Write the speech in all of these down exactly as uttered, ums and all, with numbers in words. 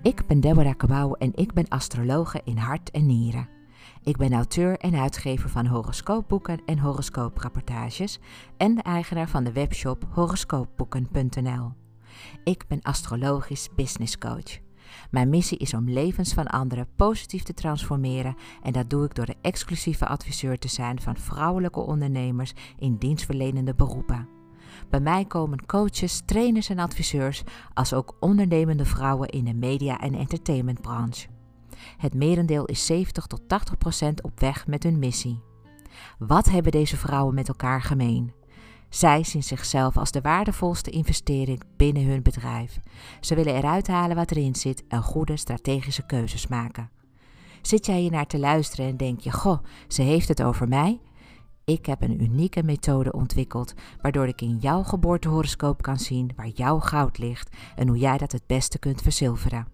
Ik ben Deborah Cabau en ik ben astrologe in hart en nieren. Ik ben auteur en uitgever van horoscoopboeken en horoscooprapportages en de eigenaar van de webshop horoscoopboeken punt n l. Ik ben astrologisch business coach. Mijn missie is om levens van anderen positief te transformeren en dat doe ik door de exclusieve adviseur te zijn van vrouwelijke ondernemers in dienstverlenende beroepen. Bij mij komen coaches, trainers en adviseurs als ook ondernemende vrouwen in de media- en entertainmentbranche. Het merendeel is zeventig tot tachtig procent op weg met hun missie. Wat hebben deze vrouwen met elkaar gemeen? Zij zien zichzelf als de waardevolste investering binnen hun bedrijf. Ze willen eruit halen wat erin zit en goede strategische keuzes maken. Zit jij hier naar te luisteren en denk je, goh, ze heeft het over mij? Ik heb een unieke methode ontwikkeld, waardoor ik in jouw geboortehoroscoop kan zien waar jouw goud ligt en hoe jij dat het beste kunt verzilveren.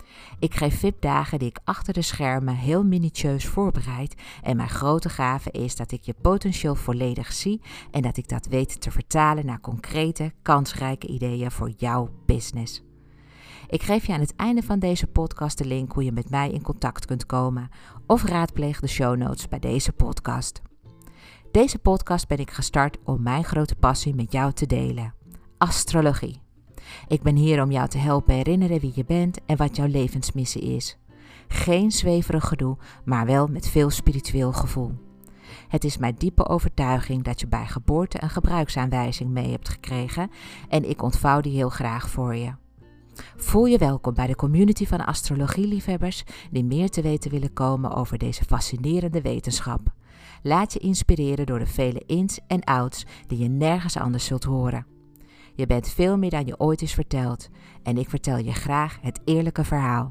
Ik geef V I P-dagen die ik achter de schermen heel minutieus voorbereid en mijn grote gave is dat ik je potentieel volledig zie en dat ik dat weet te vertalen naar concrete, kansrijke ideeën voor jouw business. Ik geef je aan het einde van deze podcast de link hoe je met mij in contact kunt komen of raadpleeg de show notes bij deze podcast. Deze podcast ben ik gestart om mijn grote passie met jou te delen. Astrologie. Ik ben hier om jou te helpen herinneren wie je bent en wat jouw levensmissie is. Geen zweverig gedoe, maar wel met veel spiritueel gevoel. Het is mijn diepe overtuiging dat je bij geboorte een gebruiksaanwijzing mee hebt gekregen en ik ontvouw die heel graag voor je. Voel je welkom bij de community van astrologieliefhebbers die meer te weten willen komen over deze fascinerende wetenschap. Laat je inspireren door de vele ins en outs die je nergens anders zult horen. Je bent veel meer dan je ooit is verteld en ik vertel je graag het eerlijke verhaal.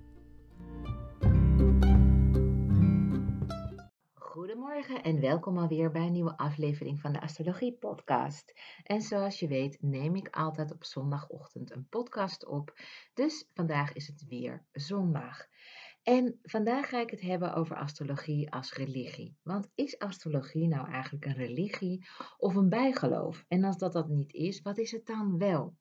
Goedemorgen en welkom alweer bij een nieuwe aflevering van de Astrologie Podcast. En zoals je weet neem ik altijd op zondagochtend een podcast op, dus vandaag is het weer zondag. En vandaag ga ik het hebben over astrologie als religie. Want is astrologie nou eigenlijk een religie of een bijgeloof? En als dat dat niet is, wat is het dan wel?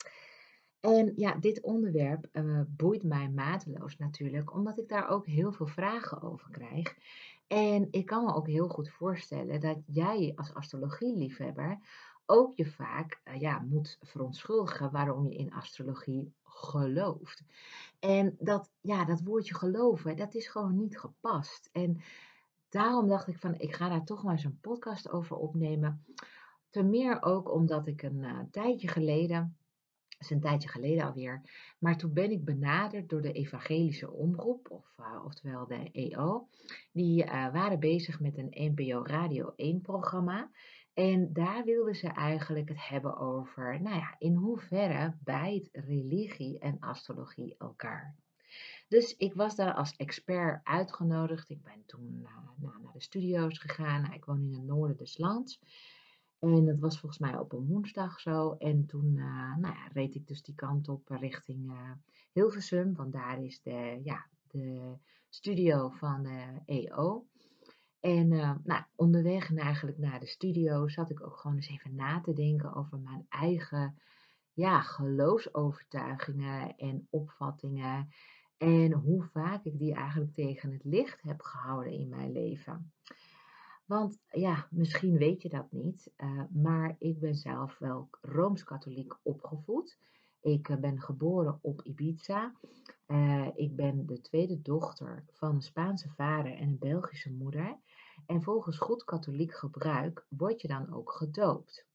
En ja, dit onderwerp uh, boeit mij mateloos natuurlijk, omdat ik daar ook heel veel vragen over krijg. En ik kan me ook heel goed voorstellen dat jij als astrologieliefhebber ook je vaak uh, ja, moet verontschuldigen waarom je in astrologie gelooft. En dat, ja, dat woordje geloven, dat is gewoon niet gepast. En daarom dacht ik van, ik ga daar toch maar eens een podcast over opnemen. Ten meer ook omdat ik een uh, tijdje geleden, dat is een tijdje geleden alweer, maar toen ben ik benaderd door de Evangelische Omroep, of, uh, oftewel de E O. Die uh, waren bezig met een N P O Radio één programma. En daar wilden ze eigenlijk het hebben over, nou ja, in hoeverre bijt religie en astrologie elkaar. Dus ik was daar als expert uitgenodigd. Ik ben toen uh, nou, naar de studio's gegaan. Nou, ik woon in het noorden des lands. En dat was volgens mij op een woensdag zo. En toen uh, nou ja, reed ik dus die kant op richting uh, Hilversum. Want daar is de, ja, de studio van de E O. En uh, nou, onderweg en eigenlijk naar de studio zat ik ook gewoon eens even na te denken over mijn eigen ja, geloofsovertuigingen en opvattingen. En hoe vaak ik die eigenlijk tegen het licht heb gehouden in mijn leven. Want ja, misschien weet je dat niet, uh, maar ik ben zelf wel Rooms-Katholiek opgevoed. Ik uh, ben geboren op Ibiza. Uh, ik ben de tweede dochter van een Spaanse vader en een Belgische moeder. En volgens goed katholiek gebruik word je dan ook gedoopt.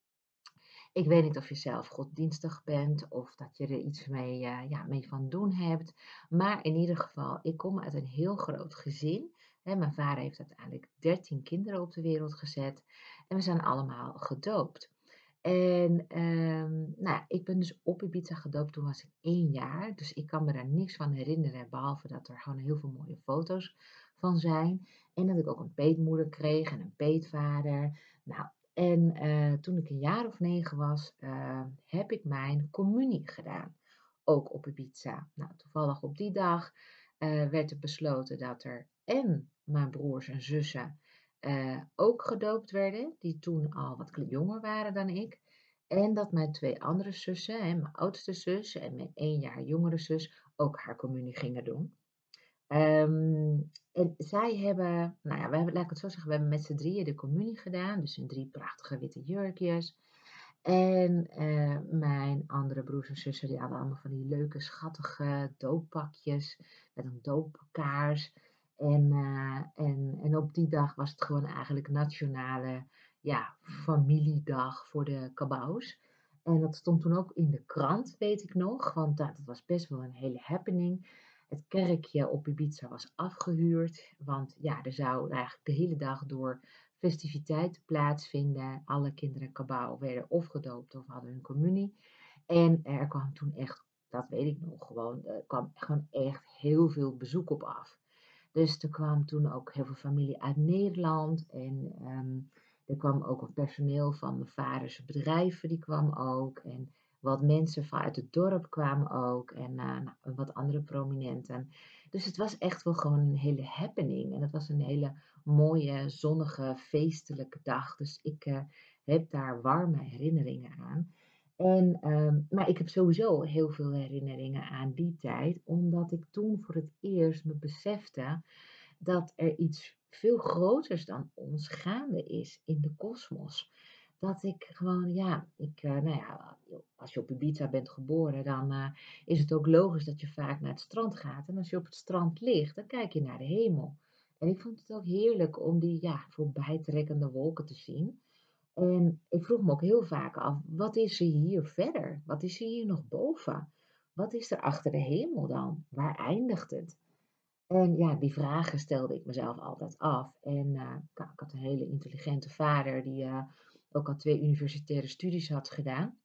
Ik weet niet of je zelf godsdienstig bent of dat je er iets mee, uh, ja, mee van doen hebt. Maar in ieder geval, ik kom uit een heel groot gezin. Hè, mijn vader heeft uiteindelijk dertien kinderen op de wereld gezet. En we zijn allemaal gedoopt. En um, nou, ja, ik ben dus op Ibiza gedoopt, toen was ik één jaar. Dus ik kan me daar niks van herinneren, behalve dat er gewoon heel veel mooie foto's van zijn. En dat ik ook een peetmoeder kreeg en een peetvader. Nou, en uh, toen ik een jaar of negen was, uh, heb ik mijn communie gedaan. Ook op Ibiza. Nou, toevallig op die dag uh, werd er besloten dat er en mijn broers en zussen uh, ook gedoopt werden. Die toen al wat jonger waren dan ik. En dat mijn twee andere zussen, hè, mijn oudste zus en mijn één jaar jongere zus, ook haar communie gingen doen. Ehm, en zij hebben, nou ja, we hebben, laat ik het zo zeggen, we hebben met z'n drieën de communie gedaan, dus in drie prachtige witte jurkjes. En eh, mijn andere broers en zussen, die hadden allemaal van die leuke, schattige dooppakjes met een doopkaars. En, eh, en, en op die dag was het gewoon eigenlijk nationale, ja, familiedag voor de kabouws. En dat stond toen ook in de krant, weet ik nog, want dat was best wel een hele happening. Het kerkje op Ibiza was afgehuurd, want ja, er zou eigenlijk de hele dag door festiviteiten plaatsvinden. Alle kinderen kabouw werden of gedoopt of hadden hun communie. En er kwam toen echt, dat weet ik nog gewoon, er kwam gewoon echt heel veel bezoek op af. Dus er kwam toen ook heel veel familie uit Nederland en ehm, er kwam ook wat personeel van mijn vaders bedrijven, die kwam ook. En wat mensen vanuit het dorp kwamen ook en eh, nou, wat andere prominenten. Dus het was echt wel gewoon een hele happening en het was een hele mooie, zonnige, feestelijke dag. Dus ik eh, heb daar warme herinneringen aan. En, ehm, maar ik heb sowieso heel veel herinneringen aan die tijd, omdat ik toen voor het eerst me besefte dat er iets veel groters dan ons gaande is in de kosmos. Dat ik gewoon, ja, ik, eh, nou ja, als je op Ibiza bent geboren, dan eh, is het ook logisch dat je vaak naar het strand gaat. En als je op het strand ligt, dan kijk je naar de hemel. En ik vond het ook heerlijk om die, ja, voorbijtrekkende wolken te zien. En ik vroeg me ook heel vaak af, wat is er hier verder? Wat is er hier nog boven? Wat is er achter de hemel dan? Waar eindigt het? En ja, die vragen stelde ik mezelf altijd af. En eh, ik ik had een hele intelligente vader die eh, ook al twee universitaire studies had gedaan.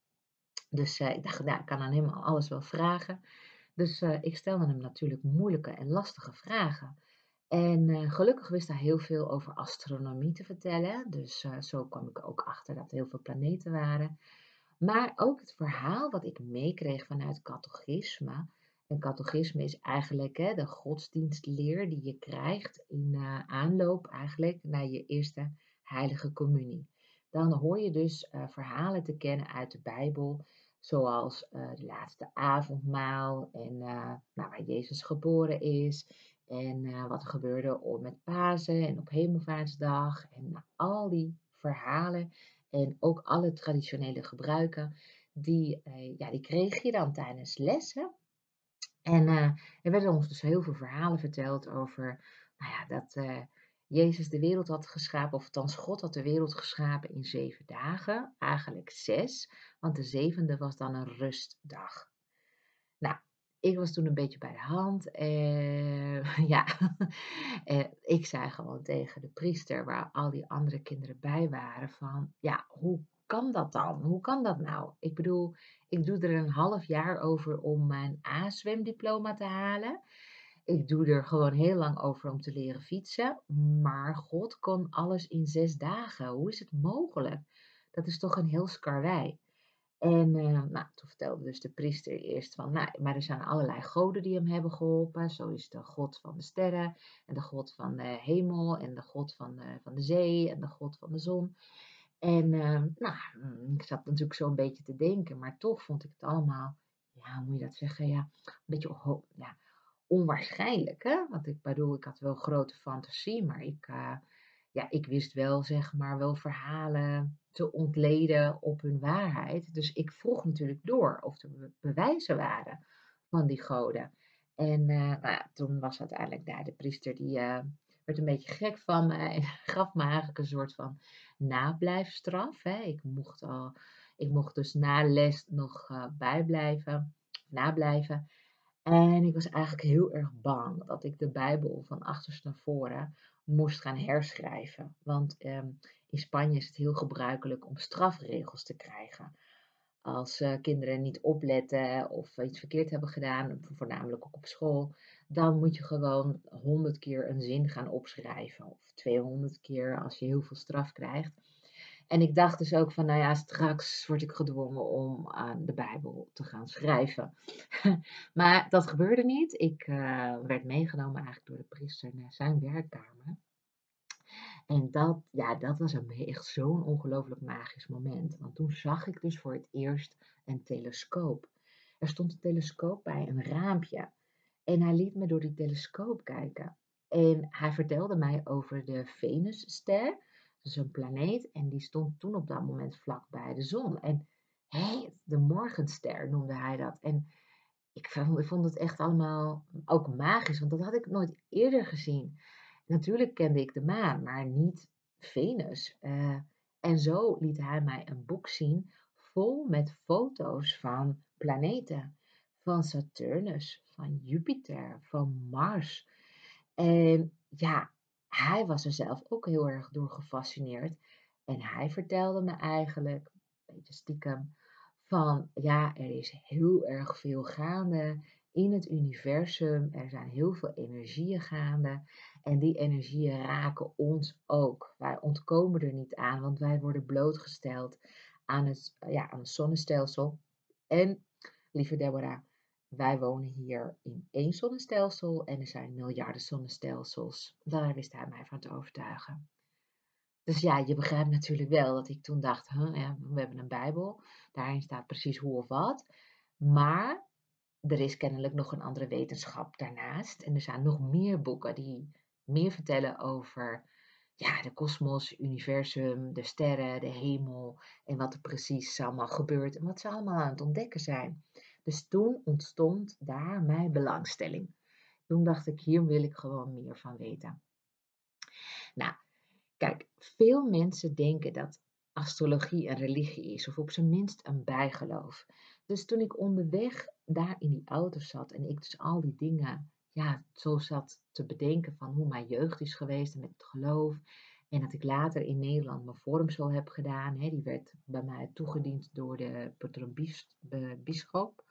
Dus eh, ik dacht, nou, ik kan aan hem alles wel vragen. Dus eh, ik stelde hem natuurlijk moeilijke en lastige vragen. En eh, gelukkig wist hij heel veel over astronomie te vertellen. Dus eh, zo kwam ik ook achter dat er heel veel planeten waren. Maar ook het verhaal wat ik meekreeg vanuit catechisme. En catechisme is eigenlijk hè, de godsdienstleer die je krijgt in eh, aanloop eigenlijk naar je eerste heilige communie. Dan hoor je dus eh, verhalen te kennen uit de Bijbel, zoals eh, de laatste avondmaal en eh, nou, waar Jezus geboren is. En eh, wat er gebeurde o- met Pasen en op Hemelvaartsdag. En nou, al die verhalen en ook alle traditionele gebruiken, die, eh, ja, die kreeg je dan tijdens lessen. En eh, er werden ons dus heel veel verhalen verteld over nou ja, dat eh, Jezus de wereld had geschapen, of althans God had de wereld geschapen in zeven dagen, eigenlijk zes, want de zevende was dan een rustdag. Nou, ik was toen een beetje bij de hand. Eh, ja, eh, ik zei gewoon tegen de priester, waar al die andere kinderen bij waren, van, ja, hoe kan dat dan? Hoe kan dat nou? Ik bedoel, ik doe er een half jaar over om mijn A-zwemdiploma te halen. Ik doe er gewoon heel lang over om te leren fietsen. Maar God kon alles in zes dagen. Hoe is het mogelijk? Dat is toch een heel skarwei. En eh, nou, toen vertelde dus de priester eerst van, nou, maar er zijn allerlei goden die hem hebben geholpen. Zo is de god van de sterren en de god van de hemel en de god van de, van de zee en de god van de zon. En eh, nou, mm, ik zat natuurlijk zo een beetje te denken, maar toch vond ik het allemaal, ja, hoe moet je dat zeggen, ja, een beetje ho- ja, onwaarschijnlijk, hè? Want ik bedoel, ik had wel grote fantasie, maar ik, eh, ja, ik wist wel, zeg maar, wel verhalen te ontleden op hun waarheid. Dus ik vroeg natuurlijk door of er be- bewijzen waren van die goden. En eh, nou ja, toen was uiteindelijk daar de priester, die eh, werd een beetje gek van me en gaf me eigenlijk een soort van nablijfstraf. Hè. Ik mocht, al, ik mocht dus na les nog eh, bijblijven, nablijven. En ik was eigenlijk heel erg bang dat ik de Bijbel van achters naar voren moest gaan herschrijven. Want ehm, in Spanje is het heel gebruikelijk om strafregels te krijgen. Als eh, kinderen niet opletten of iets verkeerd hebben gedaan, voornamelijk ook op school, dan moet je gewoon honderd keer een zin gaan opschrijven. Of tweehonderd keer als je heel veel straf krijgt. En ik dacht dus ook van, nou ja, straks word ik gedwongen om aan de Bijbel te gaan schrijven. Maar dat gebeurde niet. Ik eh, werd meegenomen eigenlijk door de priester naar zijn werkkamer. En dat, ja, dat was een, echt zo'n ongelooflijk magisch moment. Want toen zag ik dus voor het eerst een telescoop. Er stond een telescoop bij een raampje. En hij liet me door die telescoop kijken. En hij vertelde mij over de Venusster. Dat is een planeet. En die stond toen op dat moment vlak bij de zon. En hé, de morgenster noemde hij dat. En ik vond, ik vond het echt allemaal ook magisch. Want dat had ik nooit eerder gezien. Natuurlijk kende ik de maan, maar niet Venus. Eh, en zo liet hij mij een boek zien vol met foto's van planeten. Van Saturnus, van Jupiter, van Mars. En ja, hij was er zelf ook heel erg door gefascineerd. En hij vertelde me eigenlijk, een beetje stiekem, van ja, er is heel erg veel gaande in het universum. Er zijn heel veel energieën gaande. En die energieën raken ons ook. Wij ontkomen er niet aan, want wij worden blootgesteld aan het, ja, aan het zonnestelsel. En, lieve Deborah, wij wonen hier in één zonnestelsel en er zijn miljarden zonnestelsels. Daar wist hij mij van te overtuigen. Dus ja, je begrijpt natuurlijk wel dat ik toen dacht, huh, ja, we hebben een Bijbel, daarin staat precies hoe of wat. Maar er is kennelijk nog een andere wetenschap daarnaast. En er zijn nog meer boeken die meer vertellen over ja, de kosmos, universum, de sterren, de hemel en wat er precies allemaal gebeurt en wat ze allemaal aan het ontdekken zijn. Dus toen ontstond daar mijn belangstelling. Toen dacht ik, hier wil ik gewoon meer van weten. Nou, kijk, veel mensen denken dat astrologie een religie is, of op zijn minst een bijgeloof. Dus toen ik onderweg daar in die auto zat en ik dus al die dingen, ja, zo zat te bedenken van hoe mijn jeugd is geweest en met het geloof. En dat ik later in Nederland mijn vormsel heb gedaan. Hè, die werd bij mij toegediend door de patroonbischop.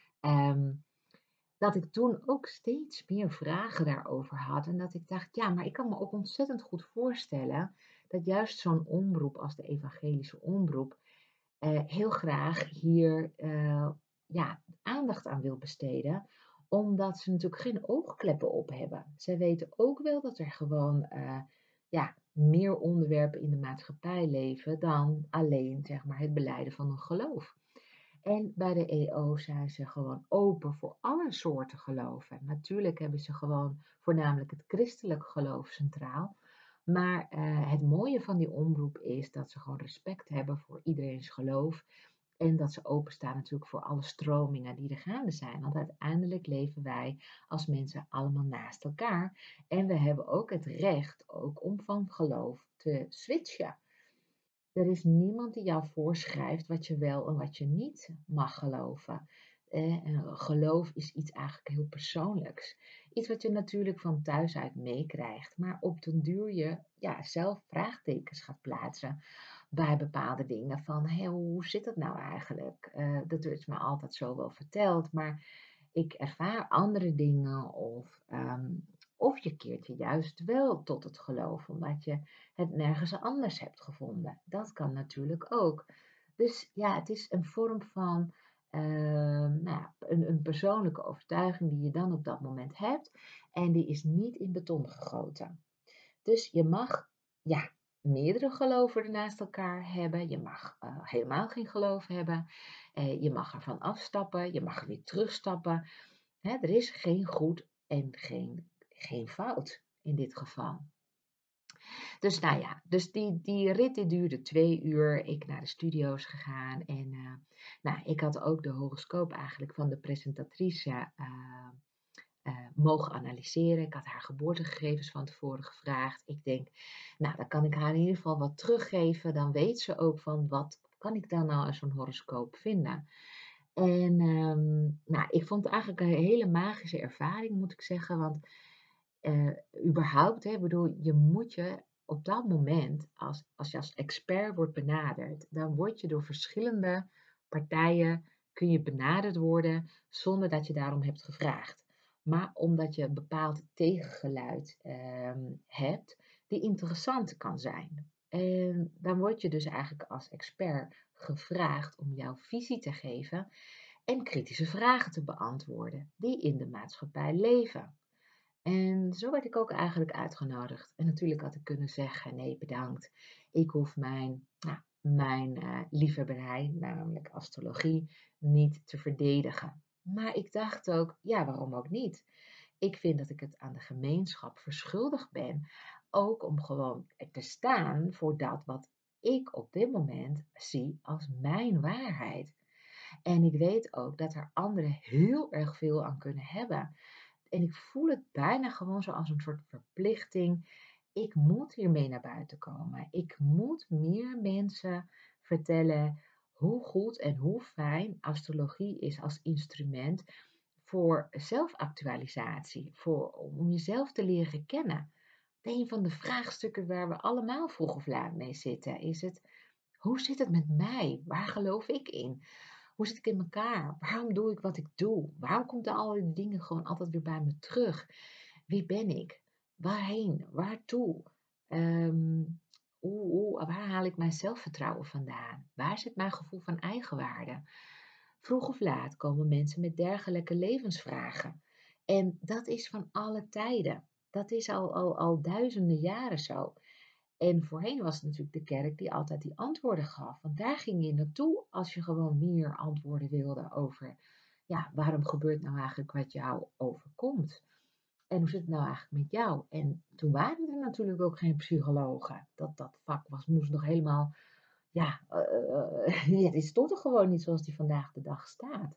Um, dat ik toen ook steeds meer vragen daarover had. En dat ik dacht, ja, maar ik kan me ook ontzettend goed voorstellen dat juist zo'n omroep als de evangelische omroep eh, heel graag hier eh, ja, aandacht aan wil besteden. Omdat ze natuurlijk geen oogkleppen op hebben. Zij weten ook wel dat er gewoon eh, ja, meer onderwerpen in de maatschappij leven dan alleen zeg maar, het belijden van een geloof. En bij de E O zijn ze gewoon open voor alle soorten geloven. Natuurlijk hebben ze gewoon voornamelijk het christelijk geloof centraal. Maar uh, het mooie van die omroep is dat ze gewoon respect hebben voor iedereen's geloof. En dat ze openstaan natuurlijk voor alle stromingen die er gaande zijn. Want uiteindelijk leven wij als mensen allemaal naast elkaar. En we hebben ook het recht ook om van geloof te switchen. Er is niemand die jou voorschrijft wat je wel en wat je niet mag geloven. Eh, en geloof is iets eigenlijk heel persoonlijks. Iets wat je natuurlijk van thuis uit meekrijgt, maar op den duur je ja, zelf vraagtekens gaat plaatsen bij bepaalde dingen. Van hey, hoe zit het nou eigenlijk? Eh, dat is me altijd zo wel verteld, maar ik ervaar andere dingen of, ehm, of je keert je juist wel tot het geloof, omdat je het nergens anders hebt gevonden. Dat kan natuurlijk ook. Dus ja, het is een vorm van uh, nou ja, een, een persoonlijke overtuiging die je dan op dat moment hebt. En die is niet in beton gegoten. Dus je mag ja, meerdere geloven naast elkaar hebben. Je mag uh, helemaal geen geloof hebben. Uh, je mag ervan afstappen. Je mag er weer terugstappen. Hè, er is geen goed en geen, geen fout in dit geval. Dus nou ja, dus die, die rit die duurde twee uur. Ik naar de studio's gegaan. En uh, nou, ik had ook de horoscoop eigenlijk van de presentatrice uh, uh, mogen analyseren. Ik had haar geboortegegevens van tevoren gevraagd. Ik denk, nou, dan kan ik haar in ieder geval wat teruggeven. Dan weet ze ook van, wat kan ik dan nou aan zo'n horoscoop vinden? En um, nou, ik vond het eigenlijk een hele magische ervaring, moet ik zeggen. Want uh, überhaupt, hè, bedoel, je moet je op dat moment, als, als je als expert wordt benaderd, dan word je door verschillende partijen, kun je benaderd worden zonder dat je daarom hebt gevraagd. Maar omdat je een bepaald tegengeluid um, hebt, die interessant kan zijn. En dan word je dus eigenlijk als expert gevraagd om jouw visie te geven en kritische vragen te beantwoorden die in de maatschappij leven. En zo werd ik ook eigenlijk uitgenodigd. En natuurlijk had ik kunnen zeggen: nee, bedankt. Ik hoef mijn, nou, mijn eh, liefhebberij, namelijk astrologie, niet te verdedigen. Maar ik dacht ook: ja, waarom ook niet? Ik vind dat ik het aan de gemeenschap verschuldigd ben. Ook om gewoon te staan voor dat wat ik op dit moment zie als mijn waarheid. En ik weet ook dat er anderen heel erg veel aan kunnen hebben. En ik voel het bijna gewoon zo als een soort verplichting. Ik moet hiermee naar buiten komen. Ik moet meer mensen vertellen hoe goed en hoe fijn astrologie is als instrument voor zelfactualisatie, voor, om jezelf te leren kennen. Een van de vraagstukken waar we allemaal vroeg of laat mee zitten, is het: hoe zit het met mij? Waar geloof ik in? Hoe zit ik in elkaar? Waarom doe ik wat ik doe? Waarom komt al die dingen gewoon altijd weer bij me terug? Wie ben ik? Waarheen? Waartoe? Ehm, hoe, hoe, waar haal ik mijn zelfvertrouwen vandaan? Waar zit mijn gevoel van eigenwaarde? Vroeg of laat komen mensen met dergelijke levensvragen. En dat is van alle tijden. Dat is al, al, al duizenden jaren zo. En voorheen was het natuurlijk de kerk die altijd die antwoorden gaf. Want daar ging je naartoe als je gewoon meer antwoorden wilde over, ja, waarom gebeurt nou eigenlijk wat jou overkomt? En hoe zit het nou eigenlijk met jou? En toen waren er natuurlijk ook geen psychologen. Dat, dat vak was, moest nog helemaal, ja, uh, ja, die stond er gewoon niet zoals die vandaag de dag staat.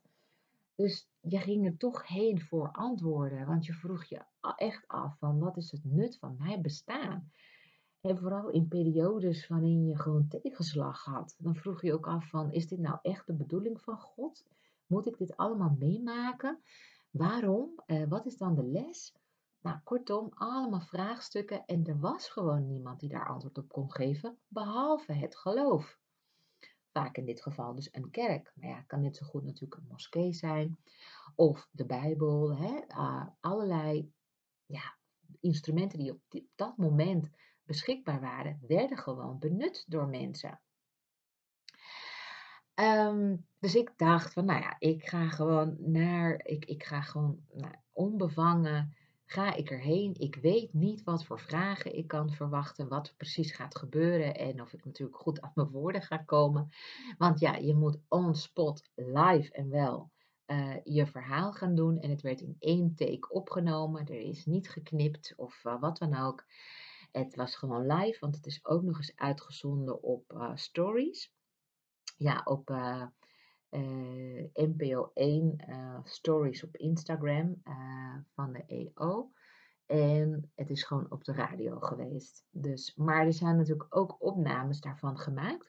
Dus je ging er toch heen voor antwoorden, want je vroeg je echt af van: wat is het nut van mijn bestaan? En vooral in periodes waarin je gewoon tegenslag had, dan vroeg je ook af van: is dit nou echt de bedoeling van God? Moet ik dit allemaal meemaken? Waarom? Eh, wat is dan de les? Nou, kortom, allemaal vraagstukken en er was gewoon niemand die daar antwoord op kon geven, behalve het geloof. Vaak in dit geval dus een kerk. Maar ja, het kan net zo goed natuurlijk een moskee zijn of de Bijbel. Hè? Uh, allerlei, ja, instrumenten die op die- dat moment beschikbaar waren, werden gewoon benut door mensen. Ehm, dus ik dacht van, nou ja, ik ga gewoon naar, ik, ik ga gewoon nou, onbevangen, ga ik erheen. Ik weet niet wat voor vragen ik kan verwachten, wat er precies gaat gebeuren en of ik natuurlijk goed aan mijn woorden ga komen. Want ja, je moet on spot, live en wel, eh, je verhaal gaan doen. En het werd in één take opgenomen. Er is niet geknipt of eh, wat dan ook. Het was gewoon live, want het is ook nog eens uitgezonden op eh, stories. Ja, op eh, eh, N P O één eh, stories op Instagram eh, van de E O. En het is gewoon op de radio geweest. Dus, maar er zijn natuurlijk ook opnames daarvan gemaakt.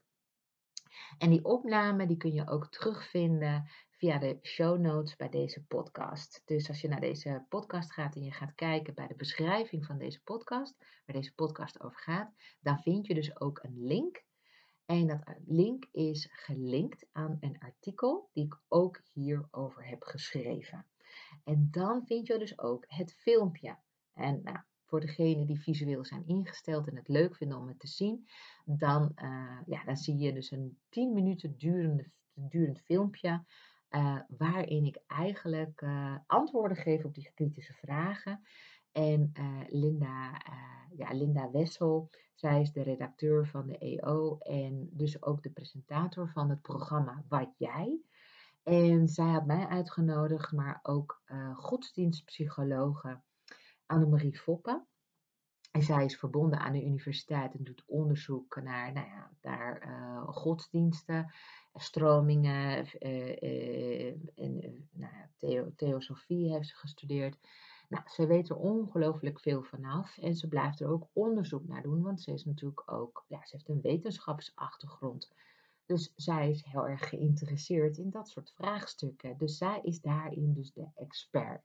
En die opname die kun je ook terugvinden via de show notes bij deze podcast. Dus als je naar deze podcast gaat en je gaat kijken bij de beschrijving van deze podcast, waar deze podcast over gaat, dan vind je dus ook een link. En dat link is gelinkt aan een artikel die ik ook hierover heb geschreven. En dan vind je dus ook het filmpje. En nou, voor degenen die visueel zijn ingesteld en het leuk vinden om het te zien, dan, uh, ja, dan zie je dus een tien minuten durende, durend filmpje. Uh, waarin ik eigenlijk uh, antwoorden geef op die kritische vragen. En uh, Linda, uh, ja, Linda Wessel, zij is de redacteur van de E O en dus ook de presentator van het programma Wat Jij. En zij had mij uitgenodigd, maar ook uh, godsdienstpsychologe Annemarie Foppe. En zij is verbonden aan de universiteit en doet onderzoek naar, nou ja, naar uh, godsdiensten, stromingen uh, uh, en uh, nou ja, theo theosofie heeft ze gestudeerd. Nou, ze weet er ongelooflijk veel vanaf en ze blijft er ook onderzoek naar doen, want ze is natuurlijk ook, ja, ze heeft een wetenschapsachtergrond. Dus zij is heel erg geïnteresseerd in dat soort vraagstukken. Dus zij is daarin dus de expert.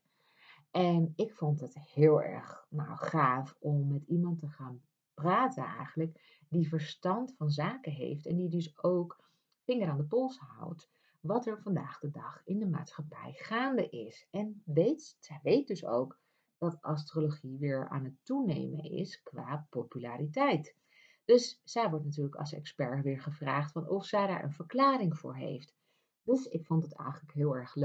En ik vond het heel erg nou, gaaf om met iemand te gaan praten eigenlijk, die verstand van zaken heeft en die dus ook vinger aan de pols houdt wat er vandaag de dag in de maatschappij gaande is. En weet, zij weet dus ook dat astrologie weer aan het toenemen is qua populariteit. Dus zij wordt natuurlijk als expert weer gevraagd van of zij daar een verklaring voor heeft. Dus ik vond het eigenlijk heel erg leuk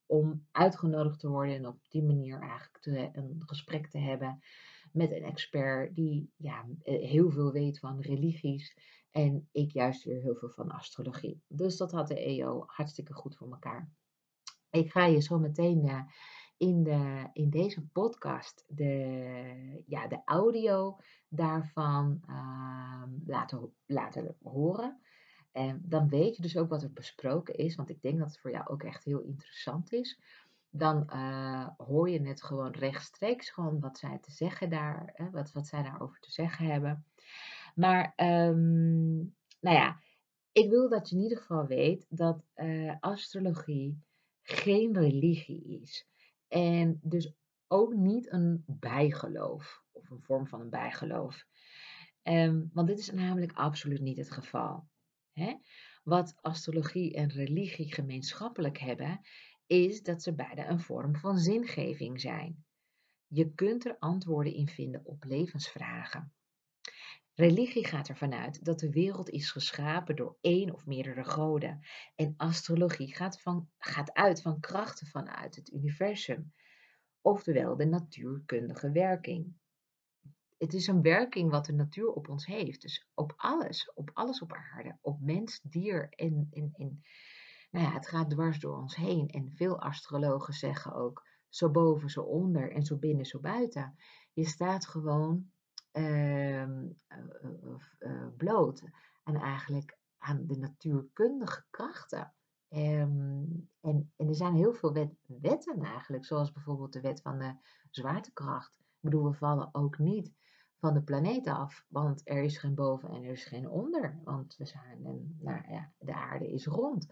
om uitgenodigd te worden en op die manier eigenlijk te, een gesprek te hebben met een expert die ja, eh, heel veel weet van religies en ik juist weer heel veel van astrologie. Dus dat had de E O hartstikke goed voor elkaar. Ik ga je zo meteen eh, in, de, in deze podcast de, ja, de audio daarvan ehm, laten, laten horen. En dan weet je dus ook wat er besproken is, want ik denk dat het voor jou ook echt heel interessant is. Dan eh, hoor je het gewoon rechtstreeks, gewoon wat zij te zeggen daar, hè, wat, wat zij daarover te zeggen hebben. Maar ehm, nou ja, ik wil dat je in ieder geval weet dat eh, astrologie geen religie is. En dus ook niet een bijgeloof of een vorm van een bijgeloof. Ehm, want dit is namelijk absoluut niet het geval. Hè? Wat astrologie en religie gemeenschappelijk hebben, is dat ze beide een vorm van zingeving zijn. Je kunt er antwoorden in vinden op levensvragen. Religie gaat ervan uit dat de wereld is geschapen door één of meerdere goden. En astrologie gaat, van, gaat uit van krachten vanuit het universum, oftewel de natuurkundige werking. Het is een werking wat de natuur op ons heeft, dus op alles, op alles op aarde, op mens, dier en, en, en nou ja, het gaat dwars door ons heen. En veel astrologen zeggen ook, zo boven, zo onder en zo binnen, zo buiten. Je staat gewoon ehm, eh, eh, eh, bloot en eigenlijk aan de natuurkundige krachten. Ehm, en, en er zijn heel veel wet, wetten eigenlijk, zoals bijvoorbeeld de wet van de zwaartekracht. Ik bedoel, we vallen ook niet van de planeet af, want er is geen boven en er is geen onder. Want we zijn, een, nou ja, de aarde is rond.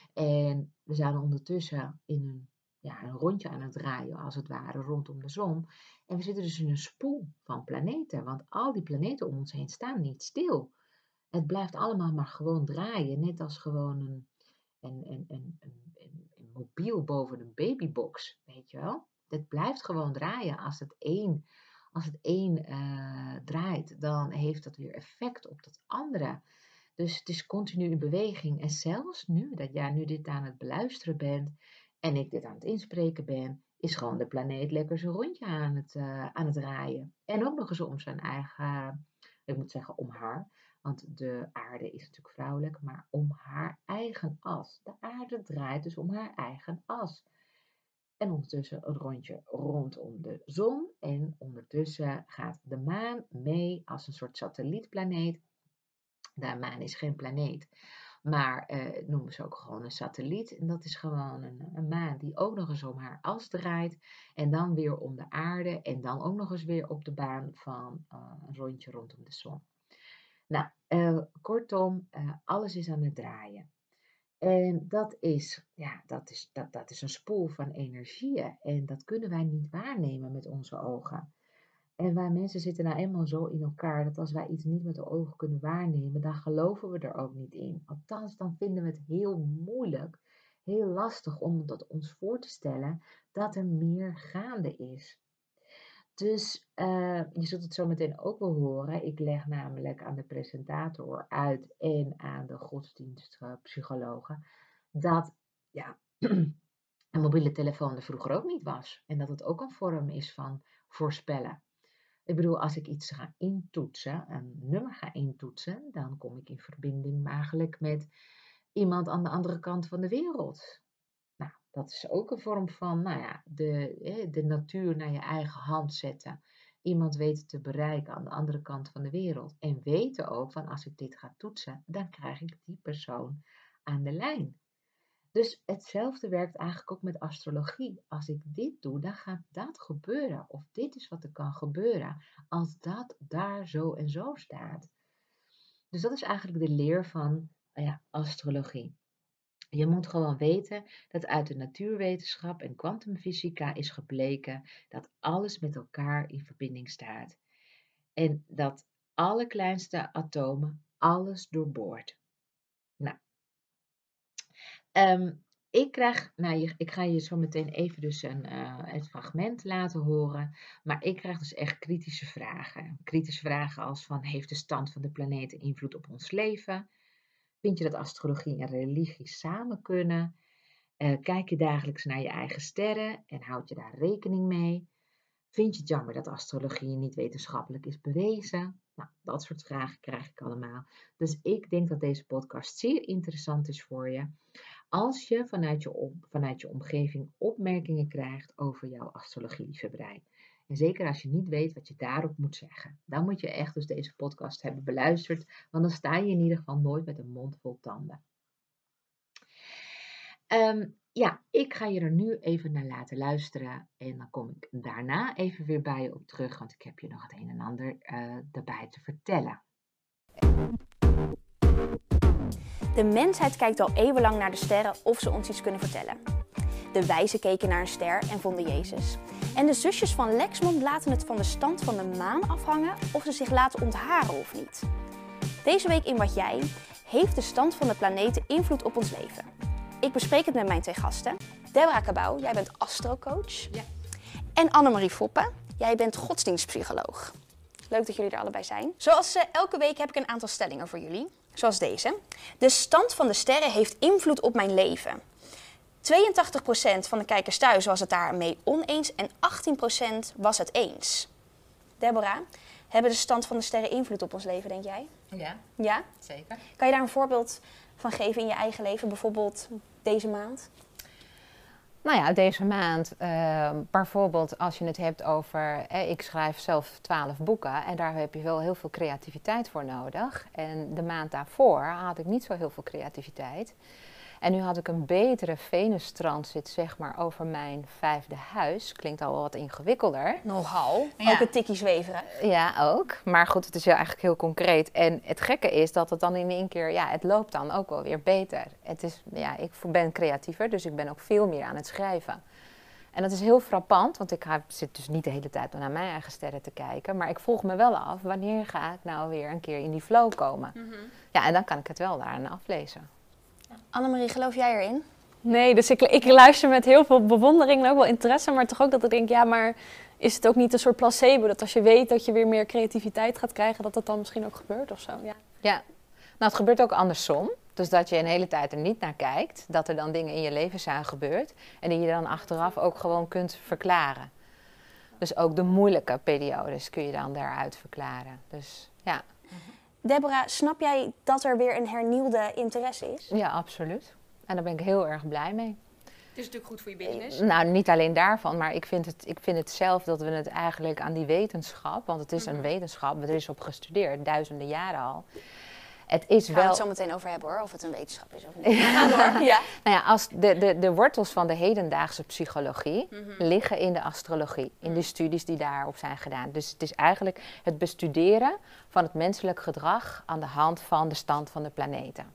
En we zijn ondertussen in een, ja, een rondje aan het draaien, als het ware, rondom de zon. En we zitten dus in een spoel van planeten, want al die planeten om ons heen staan niet stil. Het blijft allemaal maar gewoon draaien, net als gewoon een, een, een, een, een, een, een mobiel boven een babybox, weet je wel. Het blijft gewoon draaien. Als het één, als het één uh, draait, dan heeft dat weer effect op dat andere. Dus het is continu in beweging. En zelfs nu, dat jij nu dit aan het beluisteren bent en ik dit aan het inspreken ben, is gewoon de planeet lekker zijn rondje aan het, uh, aan het draaien. En ook nog eens om zijn eigen, ik moet zeggen om haar, want de aarde is natuurlijk vrouwelijk, maar om haar eigen as. De aarde draait dus om haar eigen as. En ondertussen een rondje rondom de zon. En ondertussen gaat de maan mee als een soort satellietplaneet. De maan is geen planeet, maar eh, noemen ze ook gewoon een satelliet. En dat is gewoon een, een maan die ook nog eens om haar as draait. En dan weer om de aarde. En dan ook nog eens weer op de baan van uh, een rondje rondom de zon. Nou, uh, kortom, uh, alles is aan het draaien. En dat is, ja, dat is, dat, dat is een spoel van energieën. En dat kunnen wij niet waarnemen met onze ogen. En wij mensen zitten nou eenmaal zo in elkaar dat als wij iets niet met de ogen kunnen waarnemen, dan geloven we er ook niet in. Althans, dan vinden we het heel moeilijk, heel lastig om dat ons voor te stellen dat er meer gaande is. Dus uh, je zult het zo meteen ook wel horen. Ik leg namelijk aan de presentator uit en aan de godsdienstpsychologen dat ja, een mobiele telefoon er vroeger ook niet was. En dat het ook een vorm is van voorspellen. Ik bedoel, als ik iets ga intoetsen, een nummer ga intoetsen, dan kom ik in verbinding eigenlijk met iemand aan de andere kant van de wereld. Nou, dat is ook een vorm van, nou ja, de, de natuur naar je eigen hand zetten. Iemand weten te bereiken aan de andere kant van de wereld. En weten ook van, als ik dit ga toetsen, dan krijg ik die persoon aan de lijn. Dus hetzelfde werkt eigenlijk ook met astrologie. Als ik dit doe, dan gaat dat gebeuren. Of dit is wat er kan gebeuren als dat daar zo en zo staat. Dus dat is eigenlijk de leer van ja, astrologie. Je moet gewoon weten dat uit de natuurwetenschap en kwantumfysica is gebleken dat alles met elkaar in verbinding staat. En dat alle kleinste atomen alles doorboort. Nou, um, ik krijg, nou, je, ik ga je zo meteen even dus een, uh, het fragment laten horen, maar ik krijg dus echt kritische vragen. Kritische vragen als van, heeft de stand van de planeten invloed op ons leven? Vind je dat astrologie en religie samen kunnen? Uh, kijk je dagelijks naar je eigen sterren en houd je daar rekening mee? Vind je het jammer dat astrologie niet wetenschappelijk is bewezen? Nou, dat soort vragen krijg ik allemaal. Dus ik denk dat deze podcast zeer interessant is voor je. Als je vanuit je, om, vanuit je omgeving opmerkingen krijgt over jouw astrologie-liefhebberij. En zeker als je niet weet wat je daarop moet zeggen. Dan moet je echt dus deze podcast hebben beluisterd. Want dan sta je in ieder geval nooit met een mond vol tanden. Um, ja, ik ga je er nu even naar laten luisteren. En dan kom ik daarna even weer bij je op terug. Want ik heb je nog het een en ander uh, daarbij te vertellen. De mensheid kijkt al eeuwenlang naar de sterren of ze ons iets kunnen vertellen. De wijzen keken naar een ster en vonden Jezus. En de zusjes van Lexmond laten het van de stand van de maan afhangen of ze zich laten ontharen of niet. Deze week in Wat Jij heeft de stand van de planeten invloed op ons leven. Ik bespreek het met mijn twee gasten. Deborah Cabau, jij bent astrocoach. Ja. En Annemarie Foppe, jij bent godsdienstpsycholoog. Leuk dat jullie er allebei zijn. Zoals uh, elke week heb ik een aantal stellingen voor jullie. Zoals deze. De stand van de sterren heeft invloed op mijn leven. tweeëntachtig procent van de kijkers thuis was het daarmee oneens en achttien procent was het eens. Deborah, hebben de stand van de sterren invloed op ons leven, denk jij? Ja, Ja? zeker. Kan je daar een voorbeeld van geven in je eigen leven, bijvoorbeeld deze maand? Nou ja, deze maand, uh, bijvoorbeeld als je het hebt over, eh, ik schrijf zelf twaalf boeken en daar heb je wel heel veel creativiteit voor nodig. En de maand daarvoor had ik niet zo heel veel creativiteit. En nu had ik een betere Venus-transit, zeg maar, over mijn vijfde huis. Klinkt al wel wat ingewikkelder. Nogal. Ja. Ook een tikkie zweverig. Ja, ook. Maar goed, het is ja eigenlijk heel concreet. En het gekke is dat het dan in één keer, ja, het loopt dan ook wel weer beter. Het is, ja, ik ben creatiever, dus ik ben ook veel meer aan het schrijven. En dat is heel frappant, want ik zit dus niet de hele tijd naar mijn eigen sterren te kijken. Maar ik vroeg me wel af, wanneer ga ik nou weer een keer in die flow komen? Mm-hmm. Ja, en dan kan ik het wel daaraan aflezen. Annemarie, geloof jij erin? Nee, dus ik, ik luister met heel veel bewondering en ook wel interesse, maar toch ook dat ik denk, ja, maar is het ook niet een soort placebo? Dat als je weet dat je weer meer creativiteit gaat krijgen, dat dat dan misschien ook gebeurt of zo? Ja, ja. Nou, het gebeurt ook andersom. Dus dat je een hele tijd er niet naar kijkt, dat er dan dingen in je leven zijn gebeurd en die je dan achteraf ook gewoon kunt verklaren. Dus ook de moeilijke periodes kun je dan daaruit verklaren. Dus ja. Deborah, snap jij dat er weer een hernieuwde interesse is? Ja, absoluut. En daar ben ik heel erg blij mee. Het is natuurlijk goed voor je business. Nou, niet alleen daarvan, maar ik vind, het, ik vind het zelf dat we het eigenlijk aan die wetenschap, want het is een wetenschap, er is op gestudeerd, duizenden jaren al. Het is Gaan wel... we het zo meteen over hebben hoor, of het een wetenschap is of niet. Ja, hoor. Ja. Nou ja, als de, de, de wortels van de hedendaagse psychologie mm-hmm. liggen in de astrologie, in de studies die daarop zijn gedaan. Dus het is eigenlijk het bestuderen van het menselijk gedrag aan de hand van de stand van de planeten.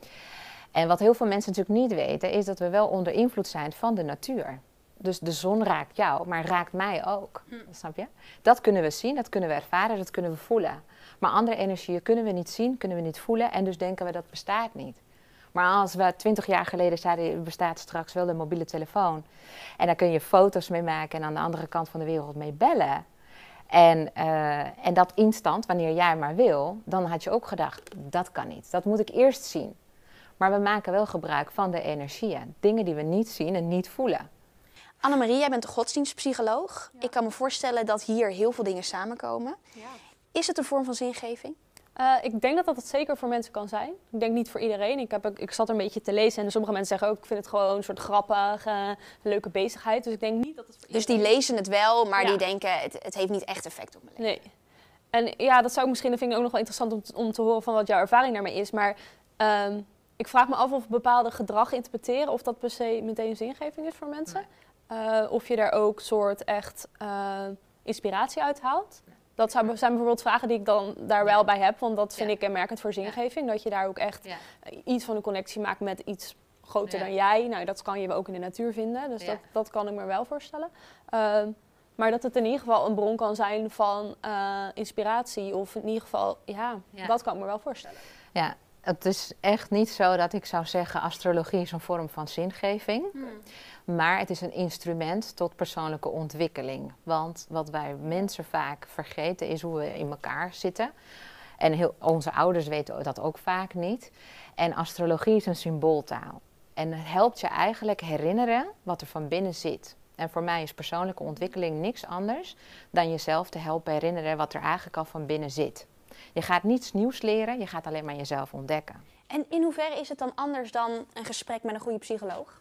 En wat heel veel mensen natuurlijk niet weten, is dat we wel onder invloed zijn van de natuur. Dus de zon raakt jou, maar raakt mij ook. Hm. Snap je? Dat kunnen we zien, dat kunnen we ervaren, dat kunnen we voelen. Maar andere energieën kunnen we niet zien, kunnen we niet voelen en dus denken we dat bestaat niet. Maar als we twintig jaar geleden zeiden, bestaat straks wel de mobiele telefoon. En daar kun je foto's mee maken en aan de andere kant van de wereld mee bellen. En, uh, en dat instant, wanneer jij maar wil, dan had je ook gedacht, dat kan niet. Dat moet ik eerst zien. Maar we maken wel gebruik van de energieën. Dingen die we niet zien en niet voelen. Annemarie, jij bent een godsdienstpsycholoog. Ja. Ik kan me voorstellen dat hier heel veel dingen samenkomen. Ja. Is het een vorm van zingeving? Uh, ik denk dat dat het zeker voor mensen kan zijn. Ik denk niet voor iedereen. Ik, heb, ik zat er een beetje te lezen en sommige mensen zeggen ook, ik vind het gewoon een soort grappig, uh, leuke bezigheid. Dus ik denk niet dat het voor Dus iedereen... die lezen het wel, maar ja. die denken, het, het heeft niet echt effect op mijn leven. Nee. En ja, dat zou ik misschien, dat vind ik ook nog wel interessant om te, om te horen van wat jouw ervaring daarmee is. Maar um, ik vraag me af of bepaalde gedrag interpreteren, of dat per se meteen zingeving is voor mensen. Nee. Uh, of je daar ook soort echt uh, inspiratie uit haalt. Dat zijn bijvoorbeeld vragen die ik dan daar wel bij heb, want dat vind ja. ik kenmerkend voor zingeving. Ja. Dat je daar ook echt ja. iets van een connectie maakt met iets groter ja. dan jij. Nou, dat kan je ook in de natuur vinden, dus ja. dat, dat kan ik me wel voorstellen. Uh, maar dat het in ieder geval een bron kan zijn van uh, inspiratie of in ieder geval, ja, ja, dat kan ik me wel voorstellen. Ja, het is echt niet zo dat ik zou zeggen astrologie is een vorm van zingeving. Hmm. Maar het is een instrument tot persoonlijke ontwikkeling. Want wat wij mensen vaak vergeten is hoe we in elkaar zitten. En heel, onze ouders weten dat ook vaak niet. En astrologie is een symbooltaal. En het helpt je eigenlijk herinneren wat er van binnen zit. En voor mij is persoonlijke ontwikkeling niks anders dan jezelf te helpen herinneren wat er eigenlijk al van binnen zit. Je gaat niets nieuws leren, je gaat alleen maar jezelf ontdekken. En in hoeverre is het dan anders dan een gesprek met een goede psycholoog?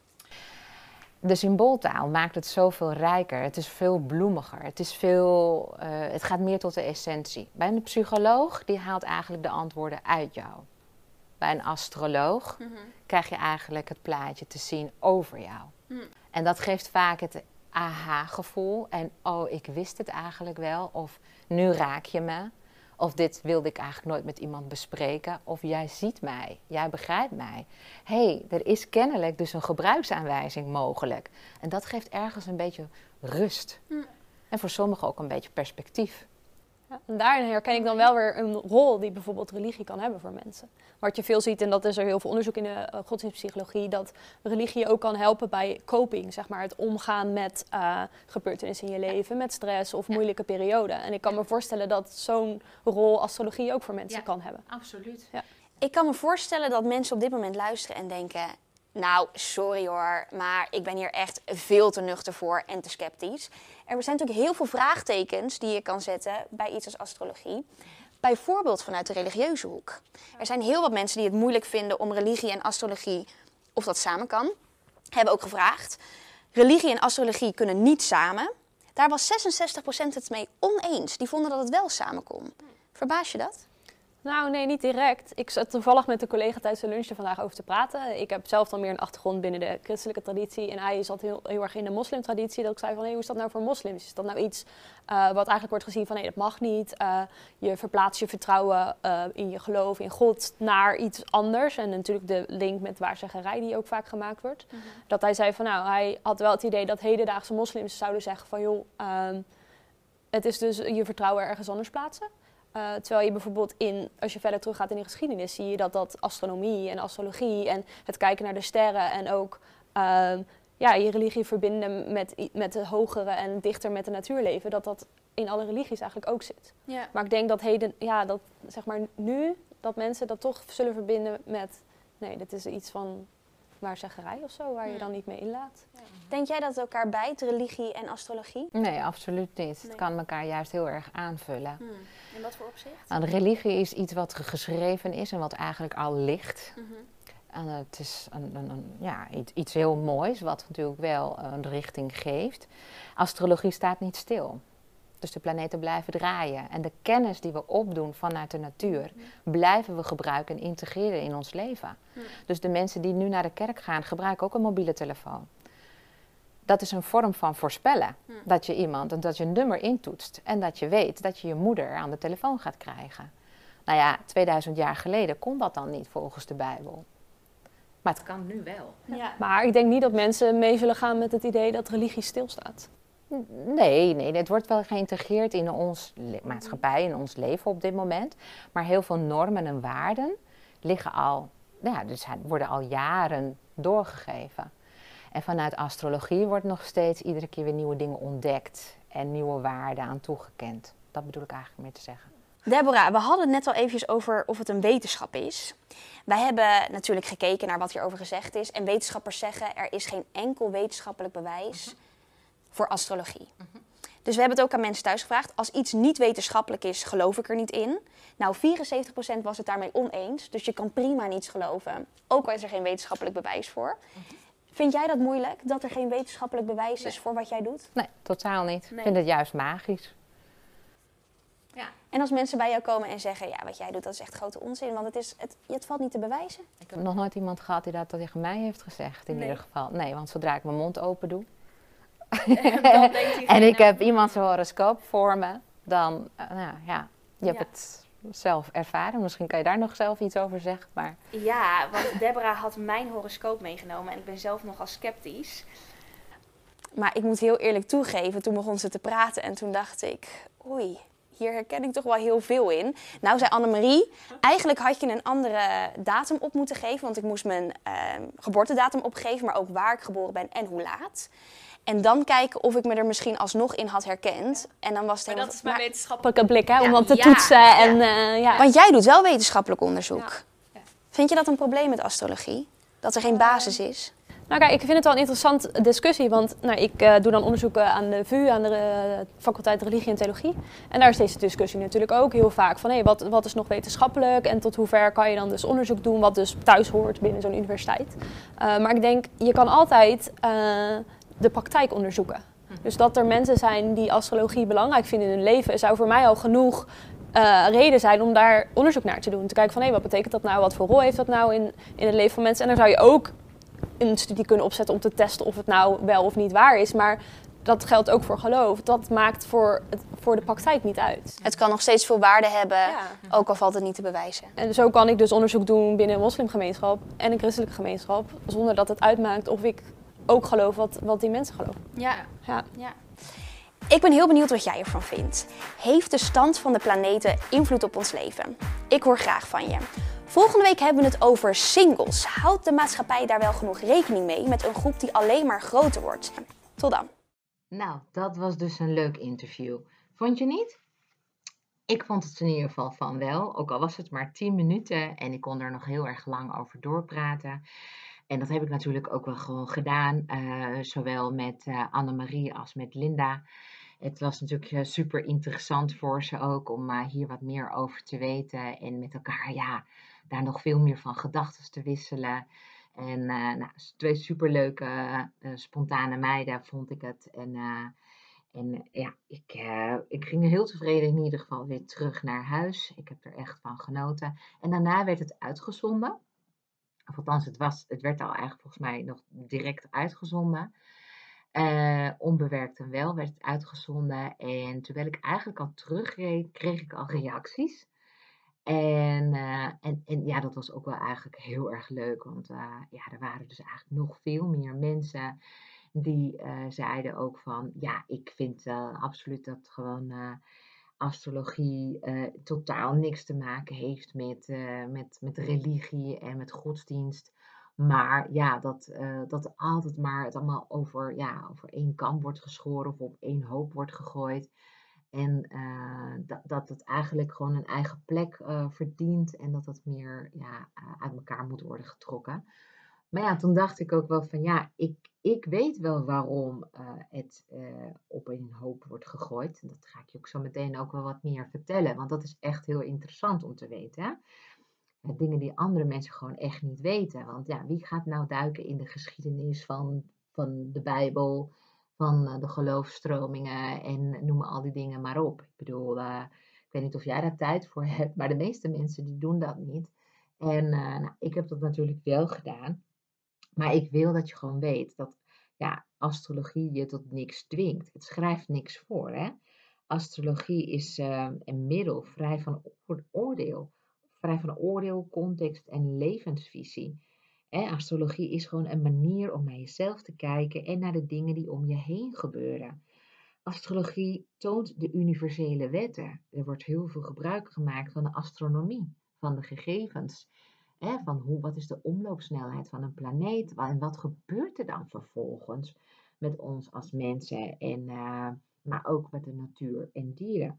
De symbooltaal maakt het zoveel rijker. Het is veel bloemiger. Het, is veel, uh, het gaat meer tot de essentie. Bij een psycholoog die haalt eigenlijk de antwoorden uit jou. Bij een astroloog mm-hmm. krijg je eigenlijk het plaatje te zien over jou. Mm. En dat geeft vaak het aha-gevoel. En oh, ik wist het eigenlijk wel. Of nu raak je me. Of dit wilde ik eigenlijk nooit met iemand bespreken. Of jij ziet mij, jij begrijpt mij. Hé, hey, er is kennelijk dus een gebruiksaanwijzing mogelijk. En dat geeft ergens een beetje rust. Mm. En voor sommigen ook een beetje perspectief. Ja, en daarin herken ik dan wel weer een rol die bijvoorbeeld religie kan hebben voor mensen. Wat je veel ziet, en dat is er heel veel onderzoek in de uh, godsdienstpsychologie, dat religie je ook kan helpen bij coping, zeg maar, het omgaan met uh, gebeurtenissen in je leven, met stress of moeilijke perioden. En ik kan me voorstellen dat zo'n rol astrologie ook voor mensen ja, kan hebben. Absoluut. Ja. Ik kan me voorstellen dat mensen op dit moment luisteren en denken, nou, sorry hoor, maar ik ben hier echt veel te nuchter voor en te sceptisch. Er zijn natuurlijk heel veel vraagtekens die je kan zetten bij iets als astrologie. Bijvoorbeeld vanuit de religieuze hoek. Er zijn heel wat mensen die het moeilijk vinden om religie en astrologie, of dat samen kan. Hebben ook gevraagd. Religie en astrologie kunnen niet samen. Daar was zesenzestig procent het mee oneens. Die vonden dat het wel samen kon. Verbaas je dat? Nou, nee, niet direct. Ik zat toevallig met een collega tijdens de lunch er vandaag over te praten. Ik heb zelf dan meer een achtergrond binnen de christelijke traditie. En hij zat heel, heel erg in de moslimtraditie. Dat ik zei van, hé, hoe is dat nou voor moslims? Is dat nou iets uh, wat eigenlijk wordt gezien van, nee, dat mag niet. Uh, je verplaatst je vertrouwen uh, in je geloof, in God, naar iets anders. En natuurlijk de link met waarzeggerij die ook vaak gemaakt wordt. Mm-hmm. Dat hij zei van, nou, hij had wel het idee dat hedendaagse moslims zouden zeggen van, joh, uh, het is dus je vertrouwen ergens anders plaatsen. Uh, terwijl je bijvoorbeeld in, als je verder teruggaat in de geschiedenis, zie je dat dat astronomie en astrologie en het kijken naar de sterren en ook uh, ja, je religie verbinden met, met het hogere en dichter met het natuurleven, dat dat in alle religies eigenlijk ook zit. Ja. Maar ik denk dat heden, ja, dat zeg maar nu, dat mensen dat toch zullen verbinden met, nee, dit is iets van waarzeggerij of zo, waar je dan niet mee inlaat. Ja. Denk jij dat het elkaar bijt, religie en astrologie? Nee, absoluut niet. Nee. Het kan elkaar juist heel erg aanvullen. Hmm. In wat voor opzicht? Nou, religie is iets wat geschreven is en wat eigenlijk al ligt. Mm-hmm. En het is een, een, een, ja, iets, iets heel moois, wat natuurlijk wel een richting geeft. Astrologie staat niet stil. Dus de planeten blijven draaien. En de kennis die we opdoen vanuit de natuur, mm. blijven we gebruiken en integreren in ons leven. Mm. Dus de mensen die nu naar de kerk gaan, gebruiken ook een mobiele telefoon. Dat is een vorm van voorspellen. Mm. Dat je iemand, dat je een nummer intoetst. En dat je weet dat je je moeder aan de telefoon gaat krijgen. Nou ja, tweeduizend jaar geleden kon dat dan niet volgens de Bijbel. Maar het kan nu wel. Ja. Maar ik denk niet dat mensen mee zullen gaan met het idee dat religie stilstaat. Nee, nee, het wordt wel geïntegreerd in onze le- maatschappij, in ons leven op dit moment. Maar heel veel normen en waarden liggen al, ja, dus worden al jaren doorgegeven. En vanuit astrologie wordt nog steeds iedere keer weer nieuwe dingen ontdekt en nieuwe waarden aan toegekend. Dat bedoel ik eigenlijk meer te zeggen. Deborah, we hadden het net al eventjes over of het een wetenschap is. Wij hebben natuurlijk gekeken naar wat hierover gezegd is. En wetenschappers zeggen er is geen enkel wetenschappelijk bewijs uh-huh. voor astrologie. Uh-huh. Dus we hebben het ook aan mensen thuis gevraagd. Als iets niet wetenschappelijk is, geloof ik er niet in. Nou, vierenzeventig procent was het daarmee oneens. Dus je kan prima niets geloven. Ook al is er geen wetenschappelijk bewijs voor. Uh-huh. Vind jij dat moeilijk, dat er geen wetenschappelijk bewijs nee. is voor wat jij doet? Nee, totaal niet. Nee. Ik vind het juist magisch. Ja. En als mensen bij jou komen en zeggen, ja, wat jij doet, dat is echt grote onzin, want het, is, het, het valt niet te bewijzen. Ik heb nog nooit iemand gehad die dat tegen mij heeft gezegd, in nee. ieder geval. Nee, want zodra ik mijn mond open doe en, en ik heb iemand zijn horoscoop voor me, dan, uh, nou ja, je hebt ja. het zelf ervaren. Misschien kan je daar nog zelf iets over zeggen, maar... Ja, want Deborah had mijn horoscoop meegenomen en ik ben zelf nogal sceptisch. Maar ik moet heel eerlijk toegeven, toen begon ze te praten en toen dacht ik, oei... Hier herken ik toch wel heel veel in. Nou, zei Annemarie, eigenlijk had je een andere datum op moeten geven. Want ik moest mijn uh, geboortedatum opgeven, maar ook waar ik geboren ben en hoe laat. En dan kijken of ik me er misschien alsnog in had herkend. En dan was het maar helemaal... dat is mijn maar... wetenschappelijke blik, hè, om ja, dat te ja, toetsen. Ja. En, uh, ja. Want jij doet wel wetenschappelijk onderzoek. Ja. Ja. Vind je dat een probleem met astrologie? Dat er geen basis is? Nou kijk, ik vind het wel een interessante discussie, want nou, ik uh, doe dan onderzoek aan de V U, aan de uh, faculteit Religie en Theologie. En daar is deze discussie natuurlijk ook heel vaak van, hé, hey, wat, wat is nog wetenschappelijk en tot hoever kan je dan dus onderzoek doen wat dus thuis hoort binnen zo'n universiteit. Uh, maar ik denk, je kan altijd uh, de praktijk onderzoeken. Dus dat er mensen zijn die astrologie belangrijk vinden in hun leven, zou voor mij al genoeg uh, reden zijn om daar onderzoek naar te doen. Te kijken van, hé, hey, wat betekent dat nou, wat voor rol heeft dat nou in, in het leven van mensen. En dan zou je ook een studie kunnen opzetten om te testen of het nou wel of niet waar is. Maar dat geldt ook voor geloof. Dat maakt voor, het, voor de praktijk niet uit. Het kan nog steeds veel waarde hebben, ja. Ook al valt het niet te bewijzen. En zo kan ik dus onderzoek doen binnen een moslimgemeenschap en een christelijke gemeenschap, zonder dat het uitmaakt of ik ook geloof wat, wat die mensen geloven. Ja. Ja. Ja. Ik ben heel benieuwd wat jij ervan vindt. Heeft de stand van de planeten invloed op ons leven? Ik hoor graag van je. Volgende week hebben we het over singles. Houdt de maatschappij daar wel genoeg rekening mee met een groep die alleen maar groter wordt? Tot dan. Nou, dat was dus een leuk interview. Vond je niet? Ik vond het in ieder geval van wel. Ook al was het maar tien minuten en ik kon er nog heel erg lang over doorpraten. En dat heb ik natuurlijk ook wel gewoon gedaan. Uh, zowel met uh, Annemarie als met Linda. Het was natuurlijk uh, super interessant voor ze ook om uh, hier wat meer over te weten. En met elkaar, ja, daar nog veel meer van gedachten te wisselen. En uh, nou, twee superleuke uh, uh, spontane meiden vond ik het. En, uh, en uh, ja, ik, uh, ik ging heel tevreden in ieder geval weer terug naar huis. Ik heb er echt van genoten. En daarna werd het uitgezonden. Of althans, het, was, het werd al eigenlijk volgens mij nog direct uitgezonden. Uh, onbewerkt en wel werd het uitgezonden. En terwijl ik eigenlijk al terugreed, kreeg ik al reacties. En, uh, en, en ja, dat was ook wel eigenlijk heel erg leuk. Want uh, ja, er waren dus eigenlijk nog veel meer mensen die uh, zeiden ook van... Ja, ik vind uh, absoluut dat gewoon... Uh, astrologie uh, totaal niks te maken heeft met, uh, met, met religie en met godsdienst. Maar ja, dat, uh, dat altijd maar het allemaal over, ja, over één kam wordt geschoren of op één hoop wordt gegooid. En uh, dat, dat het eigenlijk gewoon een eigen plek uh, verdient en dat dat meer ja, uh, uit elkaar moet worden getrokken. Maar ja, toen dacht ik ook wel van ja, ik, ik weet wel waarom uh, het uh, op een hoop wordt gegooid. En dat ga ik je ook zo meteen ook wel wat meer vertellen. Want dat is echt heel interessant om te weten. Hè? Uh, dingen die andere mensen gewoon echt niet weten. Want ja, wie gaat nou duiken in de geschiedenis van, van de Bijbel, van uh, de geloofsstromingen en noem al die dingen maar op. Ik bedoel, uh, ik weet niet of jij daar tijd voor hebt, maar de meeste mensen die doen dat niet. En uh, nou, ik heb dat natuurlijk wel gedaan. Maar ik wil dat je gewoon weet dat ja, astrologie je tot niks dwingt. Het schrijft niks voor. Hè? Astrologie is uh, een middel vrij van oordeel. Vrij van oordeel, context en levensvisie. Hè? Astrologie is gewoon een manier om naar jezelf te kijken en naar de dingen die om je heen gebeuren. Astrologie toont de universele wetten. Er wordt heel veel gebruik gemaakt van de astronomie, van de gegevens. Hè, van hoe, wat is de omloopsnelheid van een planeet en wat gebeurt er dan vervolgens met ons als mensen, en, uh, maar ook met de natuur en dieren.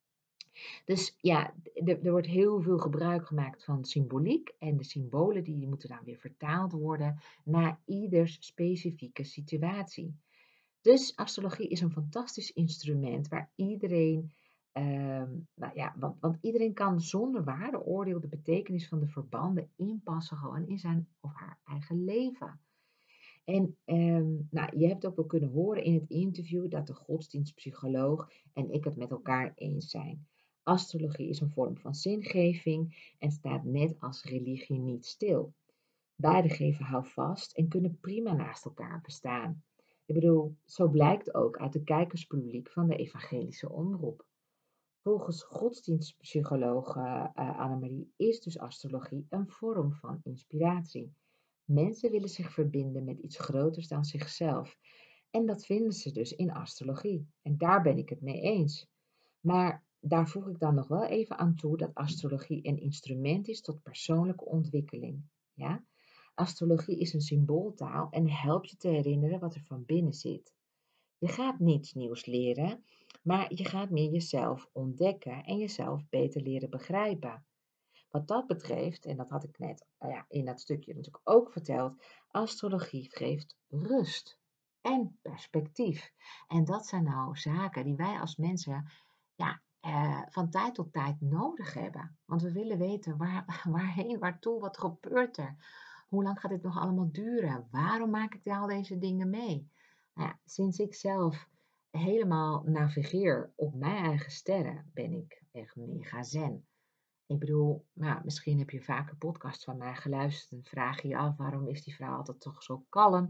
Dus ja, er, er wordt heel veel gebruik gemaakt van symboliek en de symbolen die moeten dan weer vertaald worden naar ieders specifieke situatie. Dus astrologie is een fantastisch instrument waar iedereen... Um, nou ja, want, want iedereen kan zonder waardeoordeel de betekenis van de verbanden inpassen gewoon in zijn of haar eigen leven. En um, nou, je hebt ook wel kunnen horen in het interview dat de godsdienstpsycholoog en ik het met elkaar eens zijn. Astrologie is een vorm van zingeving en staat net als religie niet stil. Beide geven houvast en kunnen prima naast elkaar bestaan. Ik bedoel, zo blijkt ook uit de kijkerspubliek van de evangelische omroep. Volgens godsdienstpsycholoog uh, Annemarie is dus astrologie een vorm van inspiratie. Mensen willen zich verbinden met iets groters dan zichzelf. En dat vinden ze dus in astrologie. En daar ben ik het mee eens. Maar daar voeg ik dan nog wel even aan toe dat astrologie een instrument is tot persoonlijke ontwikkeling. Ja? Astrologie is een symbooltaal en helpt je te herinneren wat er van binnen zit. Je gaat niets nieuws leren, maar je gaat meer jezelf ontdekken en jezelf beter leren begrijpen. wat dat betreft, en dat had ik net uh, ja, in dat stukje natuurlijk ook verteld, astrologie geeft rust en perspectief. En dat zijn nou zaken die wij als mensen ja, uh, van tijd tot tijd nodig hebben. Want we willen weten waar, waarheen, waartoe, wat gebeurt er? Hoe lang gaat dit nog allemaal duren? Waarom maak ik al deze dingen mee? Nou ja, sinds ik zelf helemaal navigeer op mijn eigen sterren, ben ik echt mega zen. Ik bedoel, nou, misschien heb je vaker podcasts van mij geluisterd en vraag je je af waarom is die vrouw altijd toch zo kalm?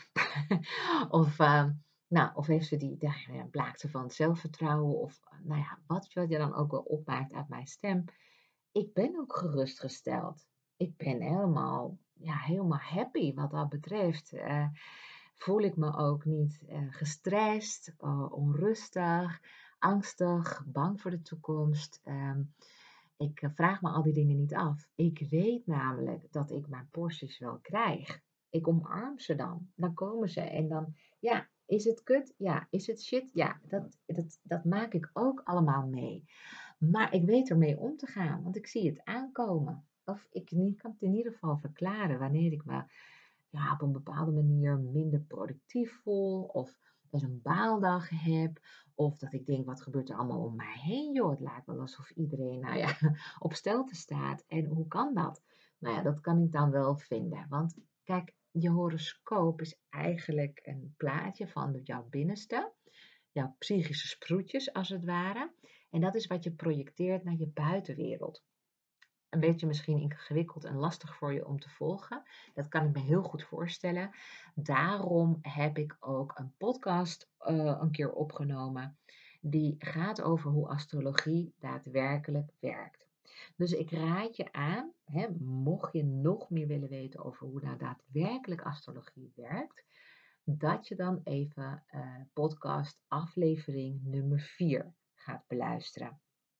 of, uh, nou, of heeft ze die, ja, blaakt ze van zelfvertrouwen? Of nou ja, wat je dan ook wel opmaakt uit mijn stem. Ik ben ook gerustgesteld. Ik ben helemaal, ja, helemaal happy wat dat betreft. Uh, voel ik me ook niet uh, gestrest, uh, onrustig, angstig, bang voor de toekomst. Um, ik uh, vraag me al die dingen niet af. Ik weet namelijk dat ik mijn porties wel krijg. Ik omarm ze dan. Dan komen ze en dan, ja, is het kut? Ja. Is het shit? Ja. Dat, dat, dat maak ik ook allemaal mee. Maar ik weet ermee om te gaan, want ik zie het aankomen. Of ik kan het in ieder geval verklaren wanneer ik me ja, op een bepaalde manier minder productief voel. Of eens een baaldag heb. Of dat ik denk, wat gebeurt er allemaal om mij heen? Joh, het lijkt wel alsof iedereen nou ja, op stelte staat. En hoe kan dat? Nou ja, dat kan ik dan wel vinden. Want kijk, je horoscoop is eigenlijk een plaatje van jouw binnenste. Jouw psychische sproetjes als het ware. En dat is wat je projecteert naar je buitenwereld. Een beetje misschien ingewikkeld en lastig voor je om te volgen. Dat kan ik me heel goed voorstellen. Daarom heb ik ook een podcast uh, een keer opgenomen. Die gaat over hoe astrologie daadwerkelijk werkt. Dus ik raad je aan, hè, mocht je nog meer willen weten over hoe nou daadwerkelijk astrologie werkt, dat je dan even uh, podcast aflevering nummer vier gaat beluisteren.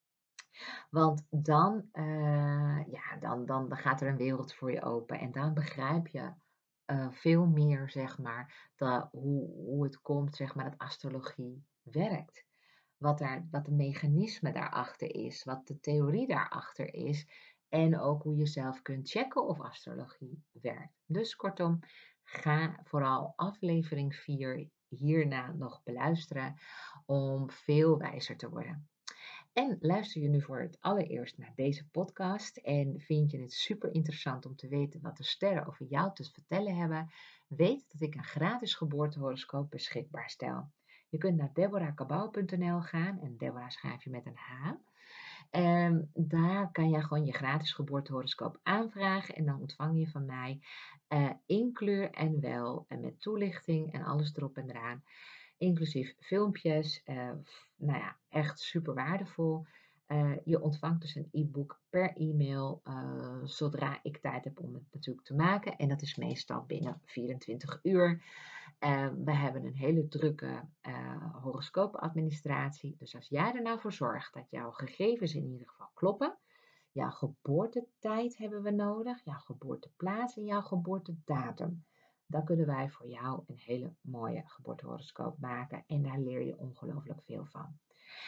Want dan, uh, ja, dan, dan, dan gaat er een wereld voor je open en dan begrijp je uh, veel meer, zeg maar, de, hoe, hoe het komt, zeg maar, dat astrologie werkt. Wat, daar, wat de mechanisme daarachter is, wat de theorie daarachter is en ook hoe je zelf kunt checken of astrologie werkt. Dus kortom, ga vooral aflevering vier hierna nog beluisteren om veel wijzer te worden. En luister je nu voor het allereerst naar deze podcast en vind je het super interessant om te weten wat de sterren over jou te vertellen hebben, weet dat ik een gratis geboortehoroscoop beschikbaar stel. Je kunt naar deborah cabau punt n l gaan en Deborah schrijf je met een H. En daar kan je gewoon je gratis geboortehoroscoop aanvragen en dan ontvang je van mij uh, in kleur en wel en met toelichting en alles erop en eraan. Inclusief filmpjes, uh, nou ja, echt super waardevol. Uh, je ontvangt dus een e-book per e-mail, uh, zodra ik tijd heb om het natuurlijk te maken. En dat is meestal binnen vierentwintig uur. Uh, we hebben een hele drukke uh, horoscoopadministratie. Dus als jij er nou voor zorgt dat jouw gegevens in ieder geval kloppen. Jouw geboortetijd hebben we nodig, jouw geboorteplaats en jouw geboortedatum. Dan kunnen wij voor jou een hele mooie geboortehoroscoop maken en daar leer je ongelooflijk veel van.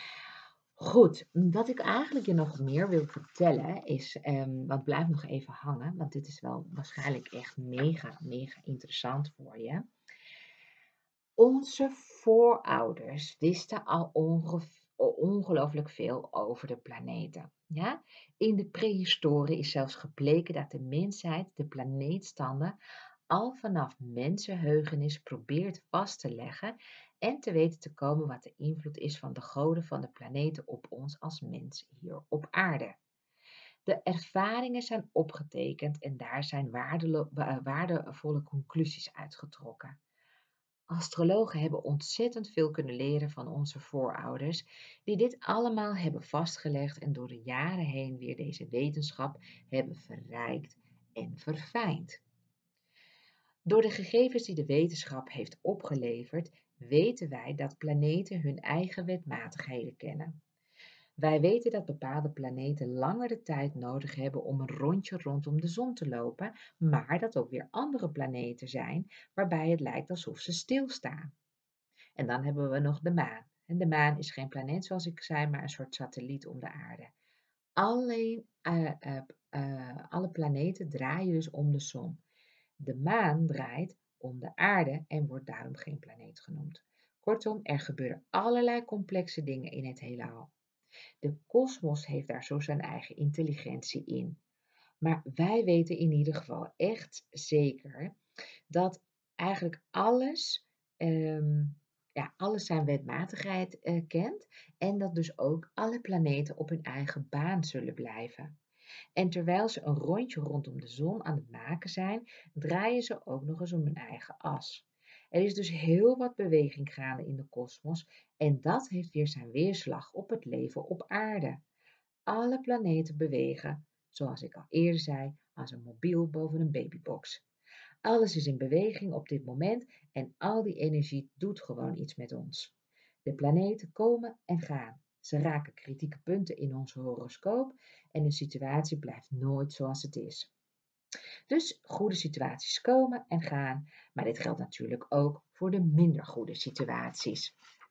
Goed, wat ik eigenlijk je nog meer wil vertellen is, um, want blijf nog even hangen, want dit is wel waarschijnlijk echt mega, mega interessant voor je. Onze voorouders wisten al ongeveer ongelooflijk veel over de planeten. Ja? In de prehistorie is zelfs gebleken dat de mensheid de planeetstanden al vanaf mensenheugenis probeert vast te leggen en te weten te komen wat de invloed is van de goden van de planeten op ons als mens hier op aarde. De ervaringen zijn opgetekend en daar zijn waardevolle conclusies uitgetrokken. Astrologen hebben ontzettend veel kunnen leren van onze voorouders, die dit allemaal hebben vastgelegd en door de jaren heen weer deze wetenschap hebben verrijkt en verfijnd. Door de gegevens die de wetenschap heeft opgeleverd, weten wij dat planeten hun eigen wetmatigheden kennen. Wij weten dat bepaalde planeten langere tijd nodig hebben om een rondje rondom de zon te lopen, maar dat ook weer andere planeten zijn waarbij het lijkt alsof ze stilstaan. En dan hebben we nog de maan. En de maan is geen planeet zoals ik zei, maar een soort satelliet om de aarde. Alleen, uh, uh, uh, alle planeten draaien dus om de zon. De maan draait om de aarde en wordt daarom geen planeet genoemd. Kortom, er gebeuren allerlei complexe dingen in het heelal. De kosmos heeft daar zo zijn eigen intelligentie in. Maar wij weten in ieder geval echt zeker dat eigenlijk alles, um, ja, alles zijn wetmatigheid uh, kent en dat dus ook alle planeten op hun eigen baan zullen blijven. En terwijl ze een rondje rondom de zon aan het maken zijn, draaien ze ook nog eens om hun eigen as. Er is dus heel wat beweging gaande in de kosmos en dat heeft weer zijn weerslag op het leven op aarde. Alle planeten bewegen, zoals ik al eerder zei, als een mobiel boven een babybox. Alles is in beweging op dit moment en al die energie doet gewoon iets met ons. De planeten komen en gaan. Ze raken kritieke punten in onze horoscoop en de situatie blijft nooit zoals het is. Dus goede situaties komen en gaan, maar dit geldt natuurlijk ook voor de minder goede situaties.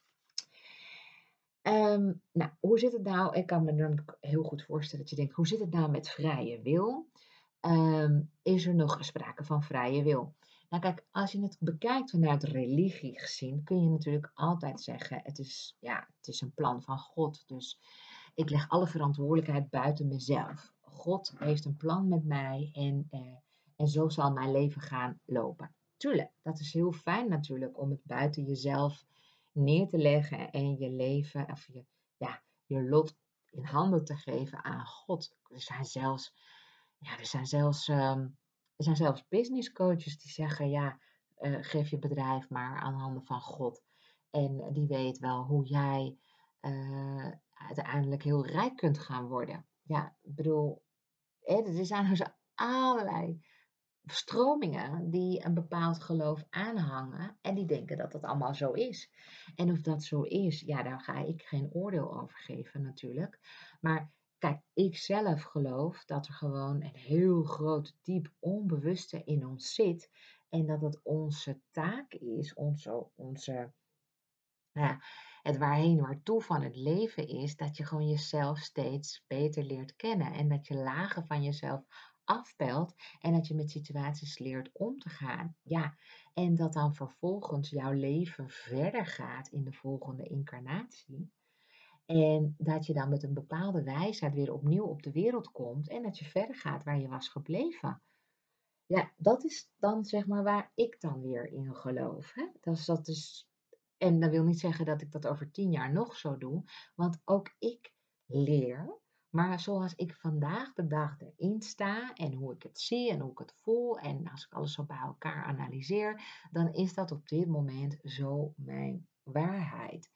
Um, nou, hoe zit het nou? Ik kan me dan heel goed voorstellen dat je denkt, hoe zit het nou met vrije wil? Um, is er nog sprake van vrije wil? Nou kijk, als je het bekijkt vanuit religie gezien, kun je natuurlijk altijd zeggen, het is, ja, het is een plan van God. Dus ik leg alle verantwoordelijkheid buiten mezelf. God heeft een plan met mij en, uh, en zo zal mijn leven gaan lopen. Tuurlijk, dat is heel fijn natuurlijk om het buiten jezelf neer te leggen en je leven, of je, ja, je lot in handen te geven aan God. Er zijn zelfs, ja, er zijn zelfs, um, er zijn zelfs business coaches die zeggen, ja, uh, geef je bedrijf maar aan handen van God. En die weet wel hoe jij uh, uiteindelijk heel rijk kunt gaan worden. Ja, ik bedoel, er zijn dus allerlei stromingen die een bepaald geloof aanhangen en die denken dat dat allemaal zo is. En of dat zo is, ja, daar ga ik geen oordeel over geven natuurlijk. Maar kijk, ik zelf geloof dat er gewoon een heel groot, diep onbewuste in ons zit en dat het onze taak is, onze, onze nou ja, het waarheen waartoe van het leven is, dat je gewoon jezelf steeds beter leert kennen en dat je lagen van jezelf afpelt en dat je met situaties leert om te gaan. Ja, en dat dan vervolgens jouw leven verder gaat in de volgende incarnatie. En dat je dan met een bepaalde wijsheid weer opnieuw op de wereld komt en dat je verder gaat waar je was gebleven. Ja, dat is dan zeg maar waar ik dan weer in geloof. Hè? Dat is, dat is, en dat wil niet zeggen dat ik dat over tien jaar nog zo doe, want ook ik leer. Maar zoals ik vandaag de dag erin sta en hoe ik het zie en hoe ik het voel en als ik alles zo bij elkaar analyseer, dan is dat op dit moment zo mijn waarheid.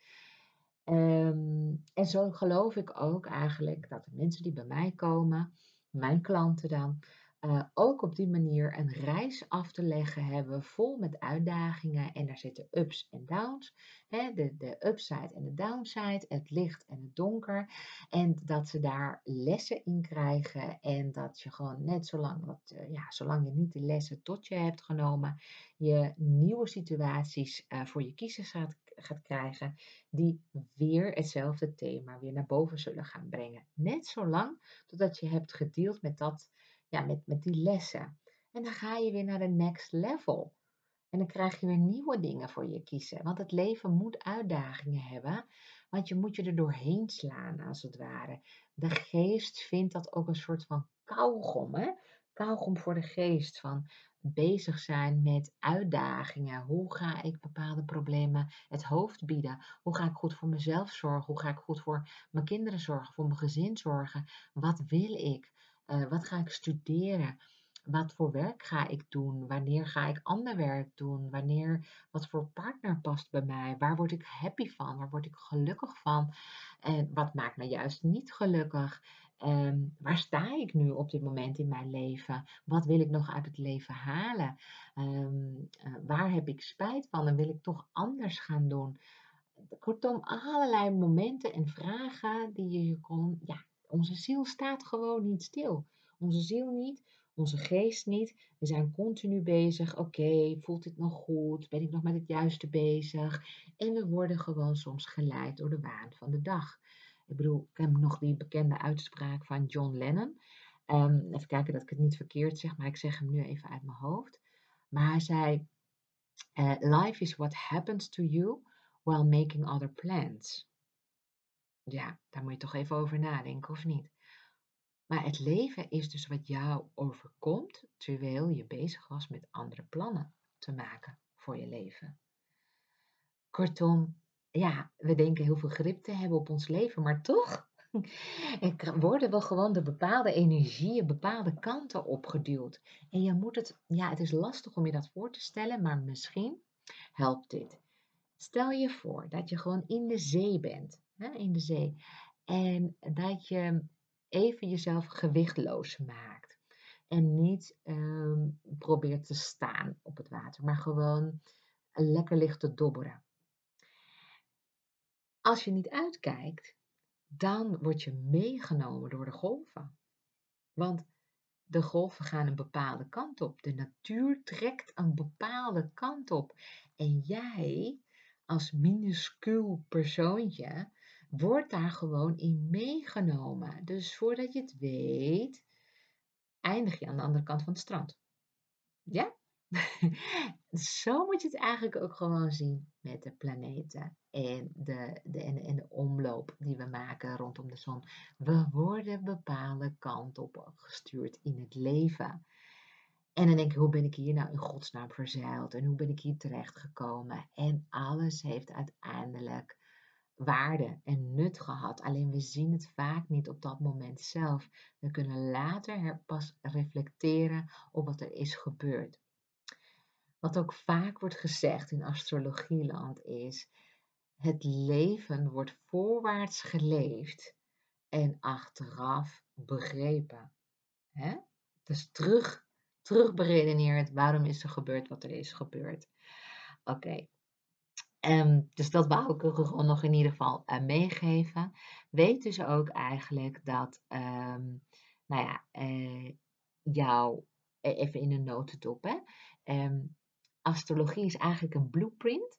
Um, en zo geloof ik ook eigenlijk dat de mensen die bij mij komen, mijn klanten dan, uh, ook op die manier een reis af te leggen hebben vol met uitdagingen en daar zitten ups en downs, hè, de, de upside en de downside, het licht en het donker en dat ze daar lessen in krijgen en dat je gewoon net zolang, wat, uh, ja, zolang je niet de lessen tot je hebt genomen, je nieuwe situaties uh, voor je kiezers gaat, gaat krijgen die weer hetzelfde thema weer naar boven zullen gaan brengen. Net zolang totdat je hebt gedeeld met dat, ja, met, met die lessen. En dan ga je weer naar de next level. En dan krijg je weer nieuwe dingen voor je kiezen. Want het leven moet uitdagingen hebben. Want je moet je er doorheen slaan, als het ware. De geest vindt dat ook een soort van kauwgom. Hè? Kauwgom voor de geest. Van bezig zijn met uitdagingen. Hoe ga ik bepaalde problemen het hoofd bieden? Hoe ga ik goed voor mezelf zorgen? Hoe ga ik goed voor mijn kinderen zorgen? Voor mijn gezin zorgen? Wat wil ik? Uh, wat ga ik studeren? Wat voor werk ga ik doen? Wanneer ga ik ander werk doen? Wanneer, wat voor partner past bij mij? Waar word ik happy van? Waar word ik gelukkig van? En wat maakt me juist niet gelukkig? Um, waar sta ik nu op dit moment in mijn leven? Wat wil ik nog uit het leven halen? Um, uh, waar heb ik spijt van en wil ik toch anders gaan doen? Kortom, allerlei momenten en vragen die je je kon... Ja, onze ziel staat gewoon niet stil. Onze ziel niet, onze geest niet. We zijn continu bezig. Oké, okay, voelt dit nog goed? Ben ik nog met het juiste bezig? En we worden gewoon soms geleid door de waan van de dag. Ik bedoel, ik heb nog die bekende uitspraak van John Lennon. Um, even kijken dat ik het niet verkeerd zeg, maar ik zeg hem nu even uit mijn hoofd. Maar hij zei, uh, life is what happens to you while making other plans. Ja, daar moet je toch even over nadenken, of niet? Maar het leven is dus wat jou overkomt, terwijl je bezig was met andere plannen te maken voor je leven. Kortom, ja, we denken heel veel grip te hebben op ons leven, maar toch worden we gewoon door bepaalde energieën, bepaalde kanten opgeduwd. En je moet het, ja, het is lastig om je dat voor te stellen, maar misschien helpt dit. Stel je voor dat je gewoon in de zee bent, hè, in de zee, en dat je even jezelf gewichtloos maakt. En niet um, probeert te staan op het water, maar gewoon lekker ligt te dobberen. Als je niet uitkijkt, dan word je meegenomen door de golven. Want de golven gaan een bepaalde kant op. De natuur trekt een bepaalde kant op. En jij, als minuscuul persoontje, wordt daar gewoon in meegenomen. Dus voordat je het weet, eindig je aan de andere kant van het strand. Ja? Zo moet je het eigenlijk ook gewoon zien met de planeten en de, de, en, en de omloop die we maken rondom de zon. We worden bepaalde kant op gestuurd in het leven. En dan denk ik, hoe ben ik hier nou in godsnaam verzeild? En hoe ben ik hier terecht gekomen? En alles heeft uiteindelijk waarde en nut gehad. Alleen we zien het vaak niet op dat moment zelf. We kunnen later pas reflecteren op wat er is gebeurd. Wat ook vaak wordt gezegd in astrologieland is, het leven wordt voorwaarts geleefd en achteraf begrepen. Hè? Dus terug, terug beredeneerd, waarom is er gebeurd wat er is gebeurd. Oké, okay. um, dus dat wou ik er gewoon nog in ieder geval uh, meegeven. Weet dus ook eigenlijk dat, um, nou ja, uh, jou, even in een notendop, hè. Um, Astrologie is eigenlijk een blueprint,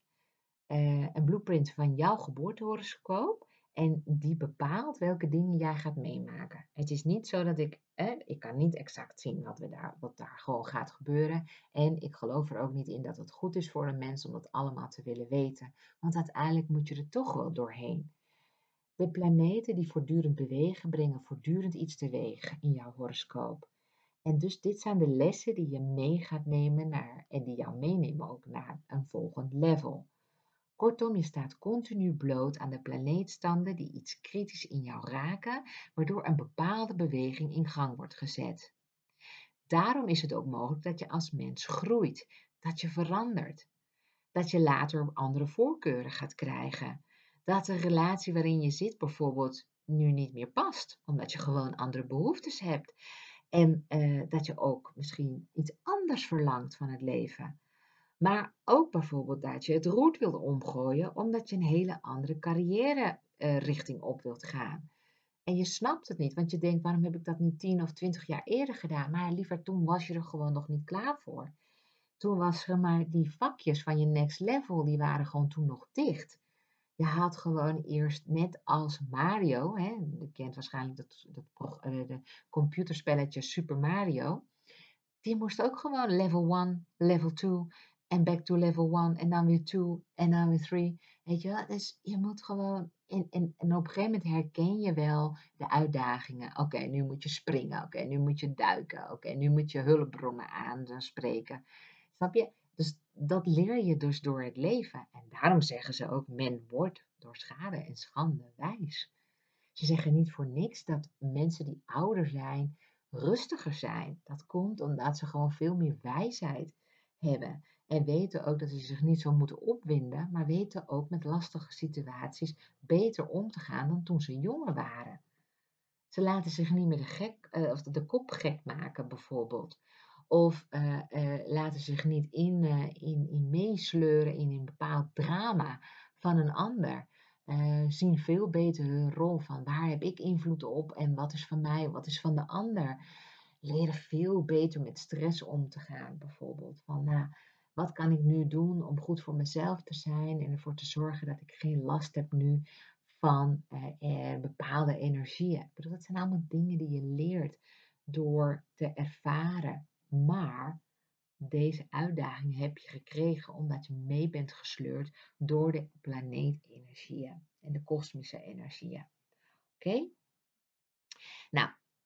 uh, een blueprint van jouw geboortehoroscoop en die bepaalt welke dingen jij gaat meemaken. Het is niet zo dat ik, eh, ik kan niet exact zien wat, we daar, wat daar gewoon gaat gebeuren en ik geloof er ook niet in dat het goed is voor een mens om dat allemaal te willen weten, want uiteindelijk moet je er toch wel doorheen. De planeten die voortdurend bewegen, brengen voortdurend iets teweeg in jouw horoscoop. En dus dit zijn de lessen die je mee gaat nemen naar, en die jou meenemen ook naar een volgend level. Kortom, je staat continu bloot aan de planeetstanden die iets kritisch in jou raken, waardoor een bepaalde beweging in gang wordt gezet. Daarom is het ook mogelijk dat je als mens groeit, dat je verandert, dat je later andere voorkeuren gaat krijgen, dat de relatie waarin je zit bijvoorbeeld nu niet meer past, omdat je gewoon andere behoeftes hebt. En uh, dat je ook misschien iets anders verlangt van het leven. Maar ook bijvoorbeeld dat je het roer wilt omgooien omdat je een hele andere carrière uh, richting op wilt gaan. En je snapt het niet, want je denkt, waarom heb ik dat niet tien of twintig jaar eerder gedaan? Maar liever, toen was je er gewoon nog niet klaar voor. Toen was er maar die vakjes van je next level, die waren gewoon toen nog dicht. Je had gewoon eerst net als Mario, hè, je kent waarschijnlijk dat, dat, de computerspelletje Super Mario. Die moest ook gewoon level one, level two en back to level one en dan weer two en dan weer three. Weet je wel, dus je moet gewoon, en, en, en op een gegeven moment herken je wel de uitdagingen. Oké, okay, nu moet je springen, oké, okay, nu moet je duiken, oké, okay, nu moet je hulpbronnen aanspreken. Snap je? Dus dat leer je dus door het leven. En daarom zeggen ze ook, men wordt door schade en schande wijs. Ze zeggen niet voor niks dat mensen die ouder zijn, rustiger zijn. Dat komt omdat ze gewoon veel meer wijsheid hebben. En weten ook dat ze zich niet zo moeten opwinden, maar weten ook met lastige situaties beter om te gaan dan toen ze jonger waren. Ze laten zich niet meer de, gek, uh, of de, de kop gek maken bijvoorbeeld. Of uh, uh, laten zich niet in, uh, in, in meesleuren in een bepaald drama van een ander. Uh, zien veel beter hun rol van waar heb ik invloed op en wat is van mij, wat is van de ander. Leren veel beter met stress om te gaan bijvoorbeeld. Van nou, wat kan ik nu doen om goed voor mezelf te zijn en ervoor te zorgen dat ik geen last heb nu van uh, uh, bepaalde energieën. Ik bedoel, dat zijn allemaal dingen die je leert door te ervaren. Maar deze uitdaging heb je gekregen omdat je mee bent gesleurd door de planeetenergieën en de kosmische energieën. Oké? Okay? Nou,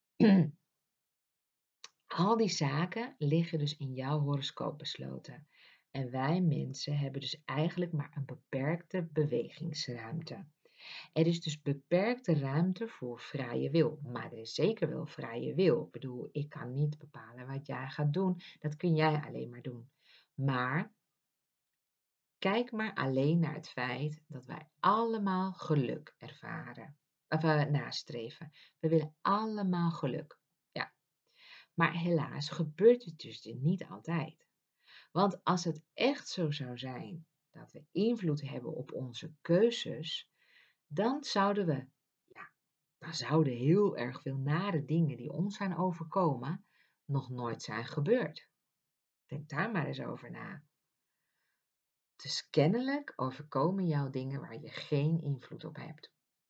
al die zaken liggen dus in jouw horoscoop besloten. En wij mensen hebben dus eigenlijk maar een beperkte bewegingsruimte. Er is dus beperkte ruimte voor vrije wil. Maar er is zeker wel vrije wil. Ik bedoel, ik kan niet bepalen wat jij gaat doen. Dat kun jij alleen maar doen. Maar kijk maar alleen naar het feit dat wij allemaal geluk ervaren. Of uh, nastreven. We willen allemaal geluk. Ja. Maar helaas gebeurt het dus niet altijd. Want als het echt zo zou zijn dat we invloed hebben op onze keuzes, dan zouden we, ja, dan zouden heel erg veel nare dingen die ons zijn overkomen nog nooit zijn gebeurd. Denk daar maar eens over na. Dus kennelijk overkomen jou dingen waar je geen invloed op hebt.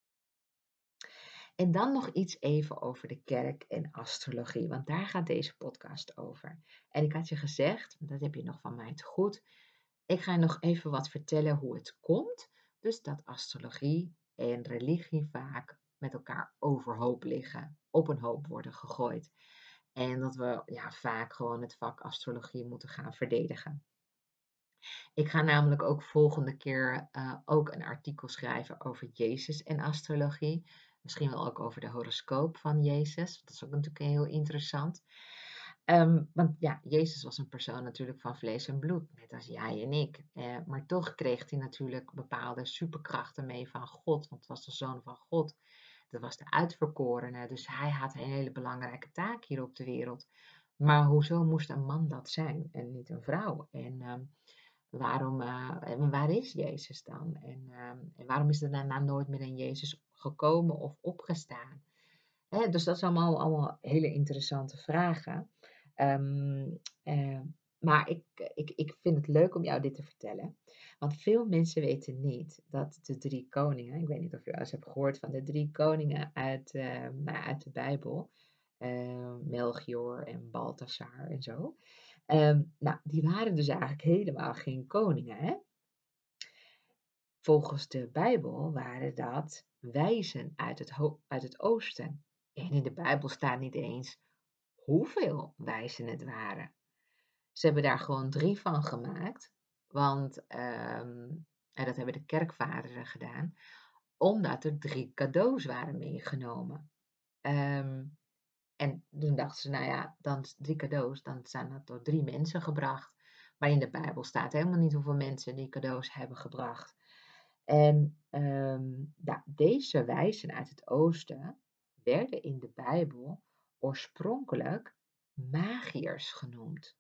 En dan nog iets even over de kerk en astrologie, want daar gaat deze podcast over. En ik had je gezegd, dat heb je nog van mij te goed, ik ga je nog even wat vertellen hoe het komt, dus dat astrologie en religie vaak met elkaar overhoop liggen, op een hoop worden gegooid. En dat we ja, vaak gewoon het vak astrologie moeten gaan verdedigen. Ik ga namelijk ook volgende keer uh, ook een artikel schrijven over Jezus en astrologie. Misschien wel ook over de horoscoop van Jezus. Dat is ook natuurlijk heel interessant. Um, want ja, Jezus was een persoon natuurlijk van vlees en bloed, net als jij en ik. Uh, maar toch kreeg hij natuurlijk bepaalde superkrachten mee van God, want het was de zoon van God. Dat was de uitverkorene, dus hij had een hele belangrijke taak hier op de wereld. Maar hoezo moest een man dat zijn en niet een vrouw? En um, waarom, uh, en waar is Jezus dan? En, um, en waarom is er daarna nooit meer een Jezus gekomen of opgestaan? Hè, dus dat zijn allemaal, allemaal hele interessante vragen. Um, uh, maar ik, ik, ik vind het leuk om jou dit te vertellen. Want veel mensen weten niet dat de drie koningen, ik weet niet of je wel eens hebt gehoord van de drie koningen uit, uh, nou, uit de Bijbel, uh, Melchior en Balthasar en zo. Um, nou, die waren dus eigenlijk helemaal geen koningen, hè? Volgens de Bijbel waren dat wijzen uit het, uit het oosten. En in de Bijbel staat niet eens hoeveel wijzen het waren. Ze hebben daar gewoon drie van gemaakt, want um, en dat hebben de kerkvaderen gedaan, omdat er drie cadeaus waren meegenomen. Um, en toen dachten ze, nou ja, dan drie cadeaus, dan zijn dat door drie mensen gebracht. Maar in de Bijbel staat helemaal niet hoeveel mensen die cadeaus hebben gebracht. En um, ja, deze wijzen uit het oosten werden in de Bijbel oorspronkelijk magiërs genoemd.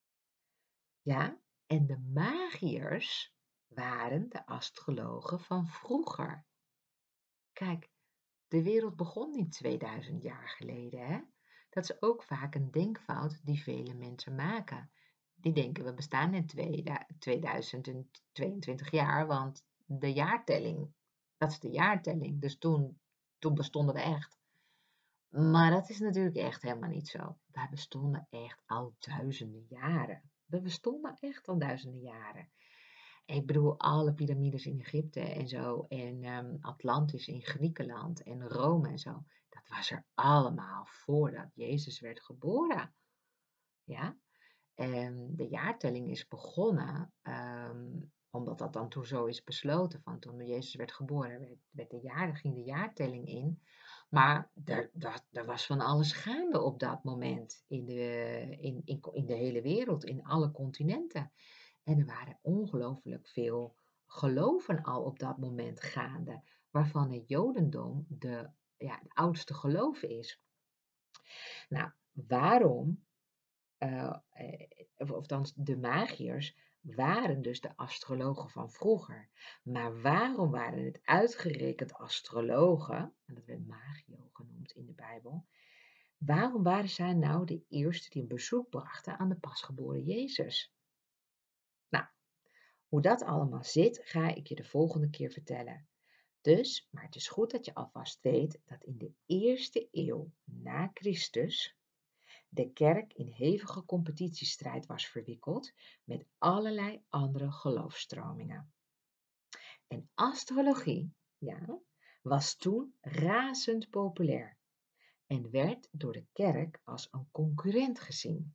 Ja, en de magiërs waren de astrologen van vroeger. Kijk, de wereld begon niet tweeduizend jaar geleden, hè? Dat is ook vaak een denkfout die vele mensen maken. Die denken, we bestaan net tweeduizend tweeëntwintig jaar, want de jaartelling, dat is de jaartelling. Dus toen, toen bestonden we echt. Maar dat is natuurlijk echt helemaal niet zo. Wij bestonden echt al duizenden jaren. We bestonden echt al duizenden jaren. Ik bedoel, alle piramides in Egypte en zo, en um, Atlantis in Griekenland en Rome en zo, dat was er allemaal voordat Jezus werd geboren. Ja, en de jaartelling is begonnen, um, omdat dat dan toen zo is besloten, van toen Jezus werd geboren, werd, werd de jaar, ging de jaartelling in. Maar er, er, er was van alles gaande op dat moment in de, in, in, in de hele wereld, in alle continenten. En er waren ongelooflijk veel geloven al op dat moment gaande, waarvan het Jodendom de, ja, de oudste geloof is. Nou, waarom, uh, of, of dan de magiërs, waren dus de astrologen van vroeger. Maar waarom waren het uitgerekend astrologen, en dat werd magio genoemd in de Bijbel, waarom waren zij nou de eerste die een bezoek brachten aan de pasgeboren Jezus? Nou, hoe dat allemaal zit, ga ik je de volgende keer vertellen. Dus, maar het is goed dat je alvast weet dat in de eerste eeuw na Christus de kerk in hevige competitiestrijd was verwikkeld met allerlei andere geloofsstromingen. En astrologie, ja, was toen razend populair en werd door de kerk als een concurrent gezien.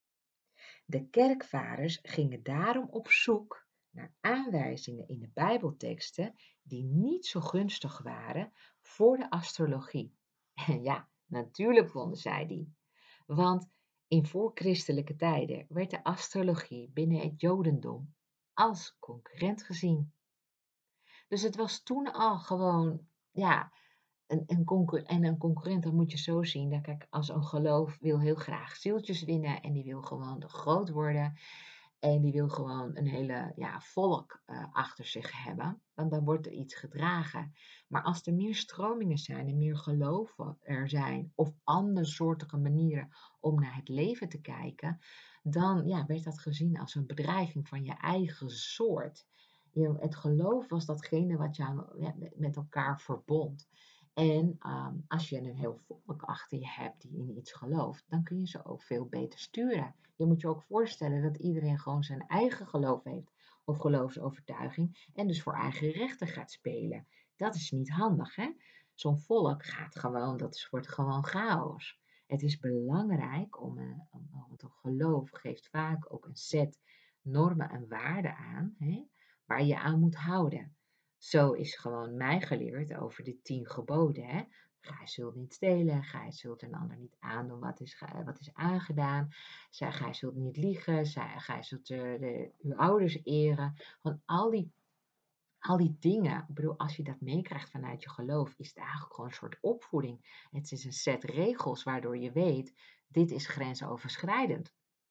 De kerkvaders gingen daarom op zoek naar aanwijzingen in de Bijbelteksten die niet zo gunstig waren voor de astrologie. En ja, natuurlijk vonden zij die. Want in voorchristelijke tijden werd de astrologie binnen het Jodendom als concurrent gezien. Dus het was toen al gewoon, ja, een, een concurrent. En een concurrent, dat moet je zo zien. Dat, kijk, als een geloof wil heel graag zieltjes winnen en die wil gewoon groot worden. En die wil gewoon een hele ja, volk uh, achter zich hebben. Want dan wordt er iets gedragen. Maar als er meer stromingen zijn en meer geloven er zijn. Of andersoortige manieren om naar het leven te kijken. Dan ja, werd dat gezien als een bedreiging van je eigen soort. Je, het geloof was datgene wat jou ja, met elkaar verbond. En um, als je een heel volk achter je hebt die in iets gelooft, dan kun je ze ook veel beter sturen. Je moet je ook voorstellen dat iedereen gewoon zijn eigen geloof heeft of geloofsovertuiging en dus voor eigen rechten gaat spelen. Dat is niet handig, hè? Zo'n volk gaat gewoon, dat wordt gewoon chaos. Het is belangrijk om, uh, om, want een geloof geeft vaak ook een set normen en waarden aan, hè, waar je aan moet houden. Zo is gewoon mij geleerd over de tien geboden. Hè? Gij zult niet stelen, gij zult een ander niet aandoen wat is, wat is aangedaan. Zij, gij zult niet liegen, zij, gij zult de, de, uw ouders eren. Want al die, al die dingen, ik bedoel, als je dat meekrijgt vanuit je geloof, is het eigenlijk gewoon een soort opvoeding. Het is een set regels waardoor je weet, dit is grensoverschrijdend.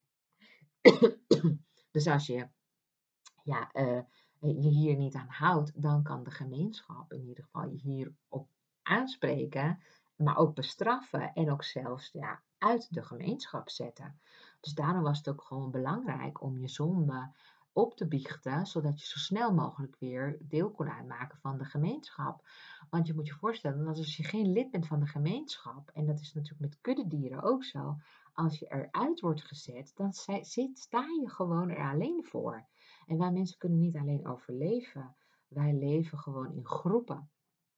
Dus als je ja, uh, je hier niet aan houdt, dan kan de gemeenschap in ieder geval je hierop aanspreken, maar ook bestraffen en ook zelfs ja, uit de gemeenschap zetten. Dus daarom was het ook gewoon belangrijk om je zonde op te biechten, zodat je zo snel mogelijk weer deel kon uitmaken van de gemeenschap. Want je moet je voorstellen dat als je geen lid bent van de gemeenschap, en dat is natuurlijk met kuddedieren ook zo, als je eruit wordt gezet, dan zit, sta je gewoon er alleen voor. En wij mensen kunnen niet alleen overleven, wij leven gewoon in groepen.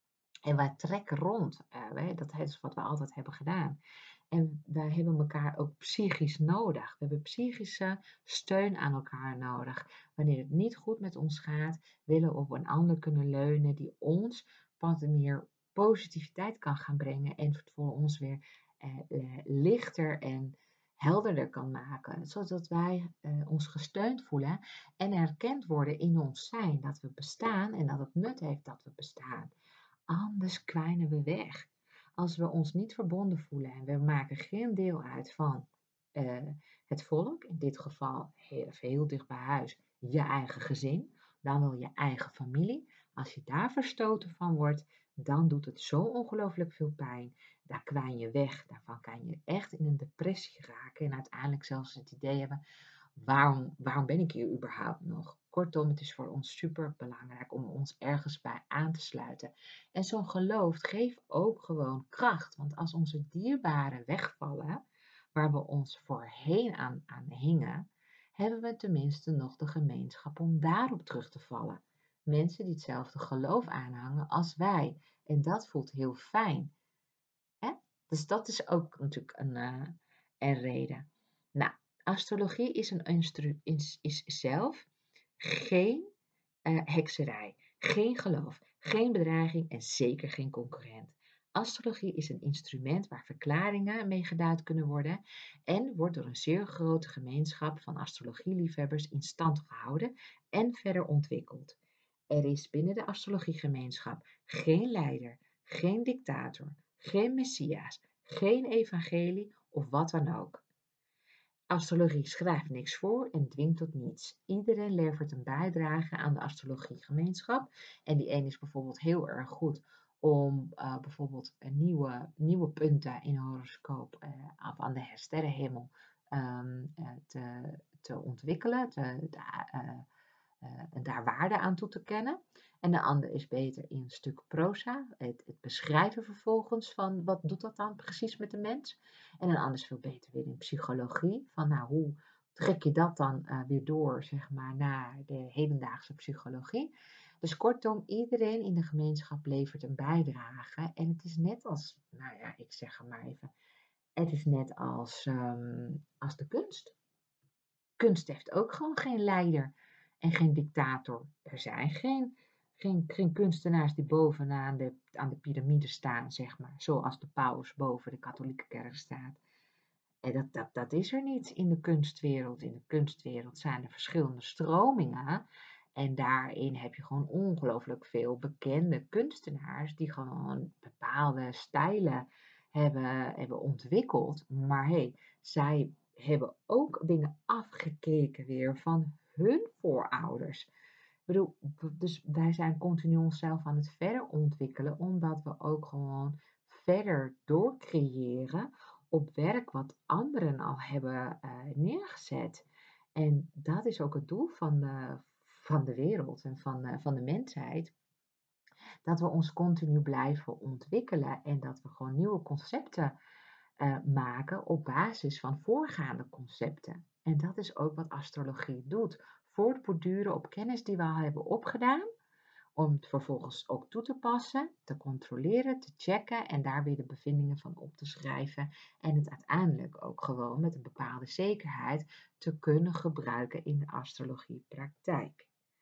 En wij trekken rond, uh, dat is wat we altijd hebben gedaan. En wij hebben elkaar ook psychisch nodig. We hebben psychische steun aan elkaar nodig. Wanneer het niet goed met ons gaat, willen we op een ander kunnen leunen die ons wat meer positiviteit kan gaan brengen en voor ons weer uh, lichter en helderder kan maken, zodat wij uh, ons gesteund voelen en erkend worden in ons zijn, dat we bestaan en dat het nut heeft dat we bestaan. Anders kwijnen we weg. Als we ons niet verbonden voelen en we maken geen deel uit van uh, het volk, in dit geval heel, heel dicht bij huis, je eigen gezin, dan wel je eigen familie. Als je daar verstoten van wordt, dan doet het zo ongelooflijk veel pijn. Daar kwijn je weg. Daarvan kan je echt in een depressie raken en uiteindelijk zelfs het idee hebben, waarom, waarom ben ik hier überhaupt nog? Kortom, het is voor ons super belangrijk om ons ergens bij aan te sluiten. En zo'n geloof geeft ook gewoon kracht. Want als onze dierbaren wegvallen, waar we ons voorheen aan, aan hingen, hebben we tenminste nog de gemeenschap om daarop terug te vallen. Mensen die hetzelfde geloof aanhangen als wij. En dat voelt heel fijn. Hè? Dus dat is ook natuurlijk een, uh, een reden. Nou, astrologie is, een instru- is, is zelf geen uh, hekserij, geen geloof, geen bedreiging en zeker geen concurrent. Astrologie is een instrument waar verklaringen mee geduid kunnen worden en wordt door een zeer grote gemeenschap van astrologieliefhebbers in stand gehouden en verder ontwikkeld. Er is binnen de astrologiegemeenschap geen leider, geen dictator, geen messias, geen evangelie of wat dan ook. Astrologie schrijft niks voor en dwingt tot niets. Iedereen levert een bijdrage aan de astrologiegemeenschap. En die een is bijvoorbeeld heel erg goed om uh, bijvoorbeeld een nieuwe, nieuwe punten in een horoscoop uh, aan de sterrenhemel um, uh, te, te ontwikkelen, te, te, uh, uh, en daar waarde aan toe te kennen. En de ander is beter in een stuk proza, het, het beschrijven vervolgens van wat doet dat dan precies met de mens. En een ander is veel beter weer in psychologie, van nou hoe trek je dat dan uh, weer door, zeg maar, naar de hedendaagse psychologie. Dus kortom, iedereen in de gemeenschap levert een bijdrage. En het is net als, nou ja, ik zeg het maar even, het is net als, um, als de kunst. Kunst heeft ook gewoon geen leider en geen dictator. Er zijn geen, geen, geen kunstenaars die bovenaan de, aan de piramide staan, zeg maar. Zoals de paus boven de katholieke kerk staat. En dat, dat, dat is er niet in de kunstwereld. In de kunstwereld zijn er verschillende stromingen. En daarin heb je gewoon ongelooflijk veel bekende kunstenaars die gewoon bepaalde stijlen hebben, hebben ontwikkeld. Maar hé, hey, zij hebben ook dingen afgekeken weer van hun voorouders. Ik bedoel, dus wij zijn continu onszelf aan het verder ontwikkelen, omdat we ook gewoon verder doorcreëren op werk wat anderen al hebben uh, neergezet. En dat is ook het doel van de, van de wereld en van, uh, van de mensheid. Dat we ons continu blijven ontwikkelen en dat we gewoon nieuwe concepten uh, maken op basis van voorgaande concepten. En dat is ook wat astrologie doet. Voortborduren op kennis die we al hebben opgedaan, om het vervolgens ook toe te passen, te controleren, te checken en daar weer de bevindingen van op te schrijven en het uiteindelijk ook gewoon met een bepaalde zekerheid te kunnen gebruiken in de astrologiepraktijk.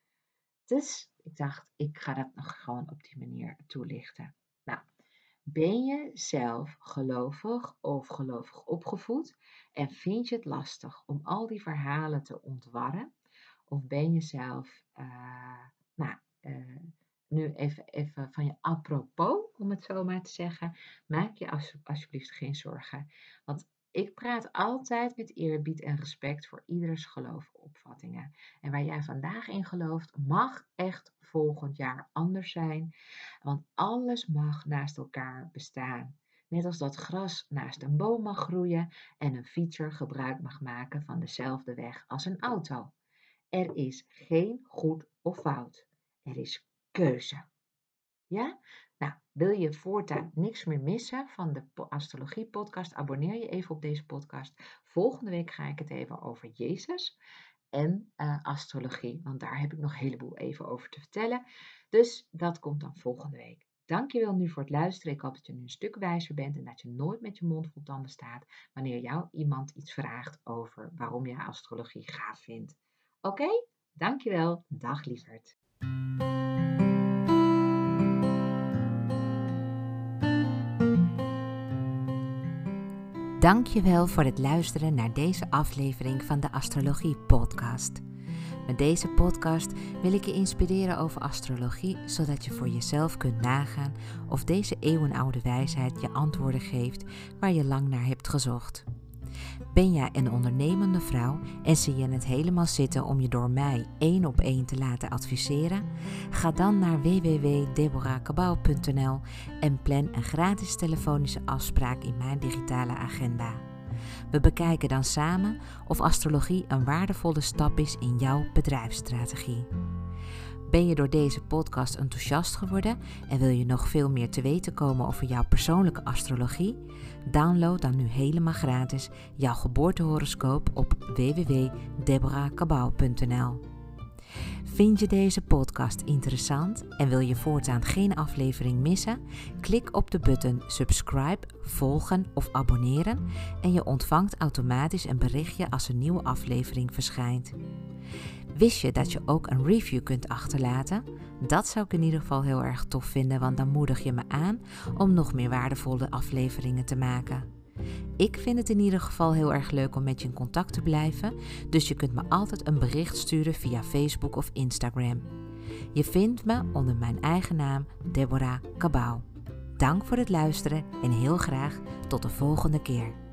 Dus ik dacht, ik ga dat nog gewoon op die manier toelichten. Nou, ben je zelf gelovig of gelovig opgevoed en vind je het lastig om al die verhalen te ontwarren? Of ben je zelf, uh, nou, uh, nu even, even van je apropos, om het zo maar te zeggen, maak je als, alsjeblieft geen zorgen. Want ik praat altijd met eerbied en respect voor ieders geloofopvattingen. En waar jij vandaag in gelooft, mag echt volgend jaar anders zijn. Want alles mag naast elkaar bestaan. Net als dat gras naast een boom mag groeien en een fietser gebruik mag maken van dezelfde weg als een auto. Er is geen goed of fout. Er is keuze. Ja? Nou, wil je voortaan niks meer missen van de Astrologie podcast? Abonneer je even op deze podcast. Volgende week ga ik het even over Jezus en uh, astrologie. Want daar heb ik nog een heleboel even over te vertellen. Dus dat komt dan volgende week. Dankjewel nu voor het luisteren. Ik hoop dat je nu een stuk wijzer bent en dat je nooit met je mond vol tanden staat wanneer jou iemand iets vraagt over waarom je astrologie gaaf vindt. Oké? Okay? Dankjewel. Dag lieverd. Dankjewel voor het luisteren naar deze aflevering van de Astrologie podcast. Met deze podcast wil ik je inspireren over astrologie, zodat je voor jezelf kunt nagaan of deze eeuwenoude wijsheid je antwoorden geeft waar je lang naar hebt gezocht. Ben jij een ondernemende vrouw en zie je het helemaal zitten om je door mij één op één te laten adviseren? Ga dan naar w w w punt deborah kabau punt n l en plan een gratis telefonische afspraak in mijn digitale agenda. We bekijken dan samen of astrologie een waardevolle stap is in jouw bedrijfsstrategie. Ben je door deze podcast enthousiast geworden en wil je nog veel meer te weten komen over jouw persoonlijke astrologie? Download dan nu helemaal gratis jouw geboortehoroscoop op w w w punt deborah kabau punt n l. Vind je deze podcast interessant en wil je voortaan geen aflevering missen? Klik op de button subscribe, volgen of abonneren en je ontvangt automatisch een berichtje als een nieuwe aflevering verschijnt. Wist je dat je ook een review kunt achterlaten? Dat zou ik in ieder geval heel erg tof vinden, want dan moedig je me aan om nog meer waardevolle afleveringen te maken. Ik vind het in ieder geval heel erg leuk om met je in contact te blijven, dus je kunt me altijd een bericht sturen via Facebook of Instagram. Je vindt me onder mijn eigen naam Deborah Kabau. Dank voor het luisteren en heel graag tot de volgende keer.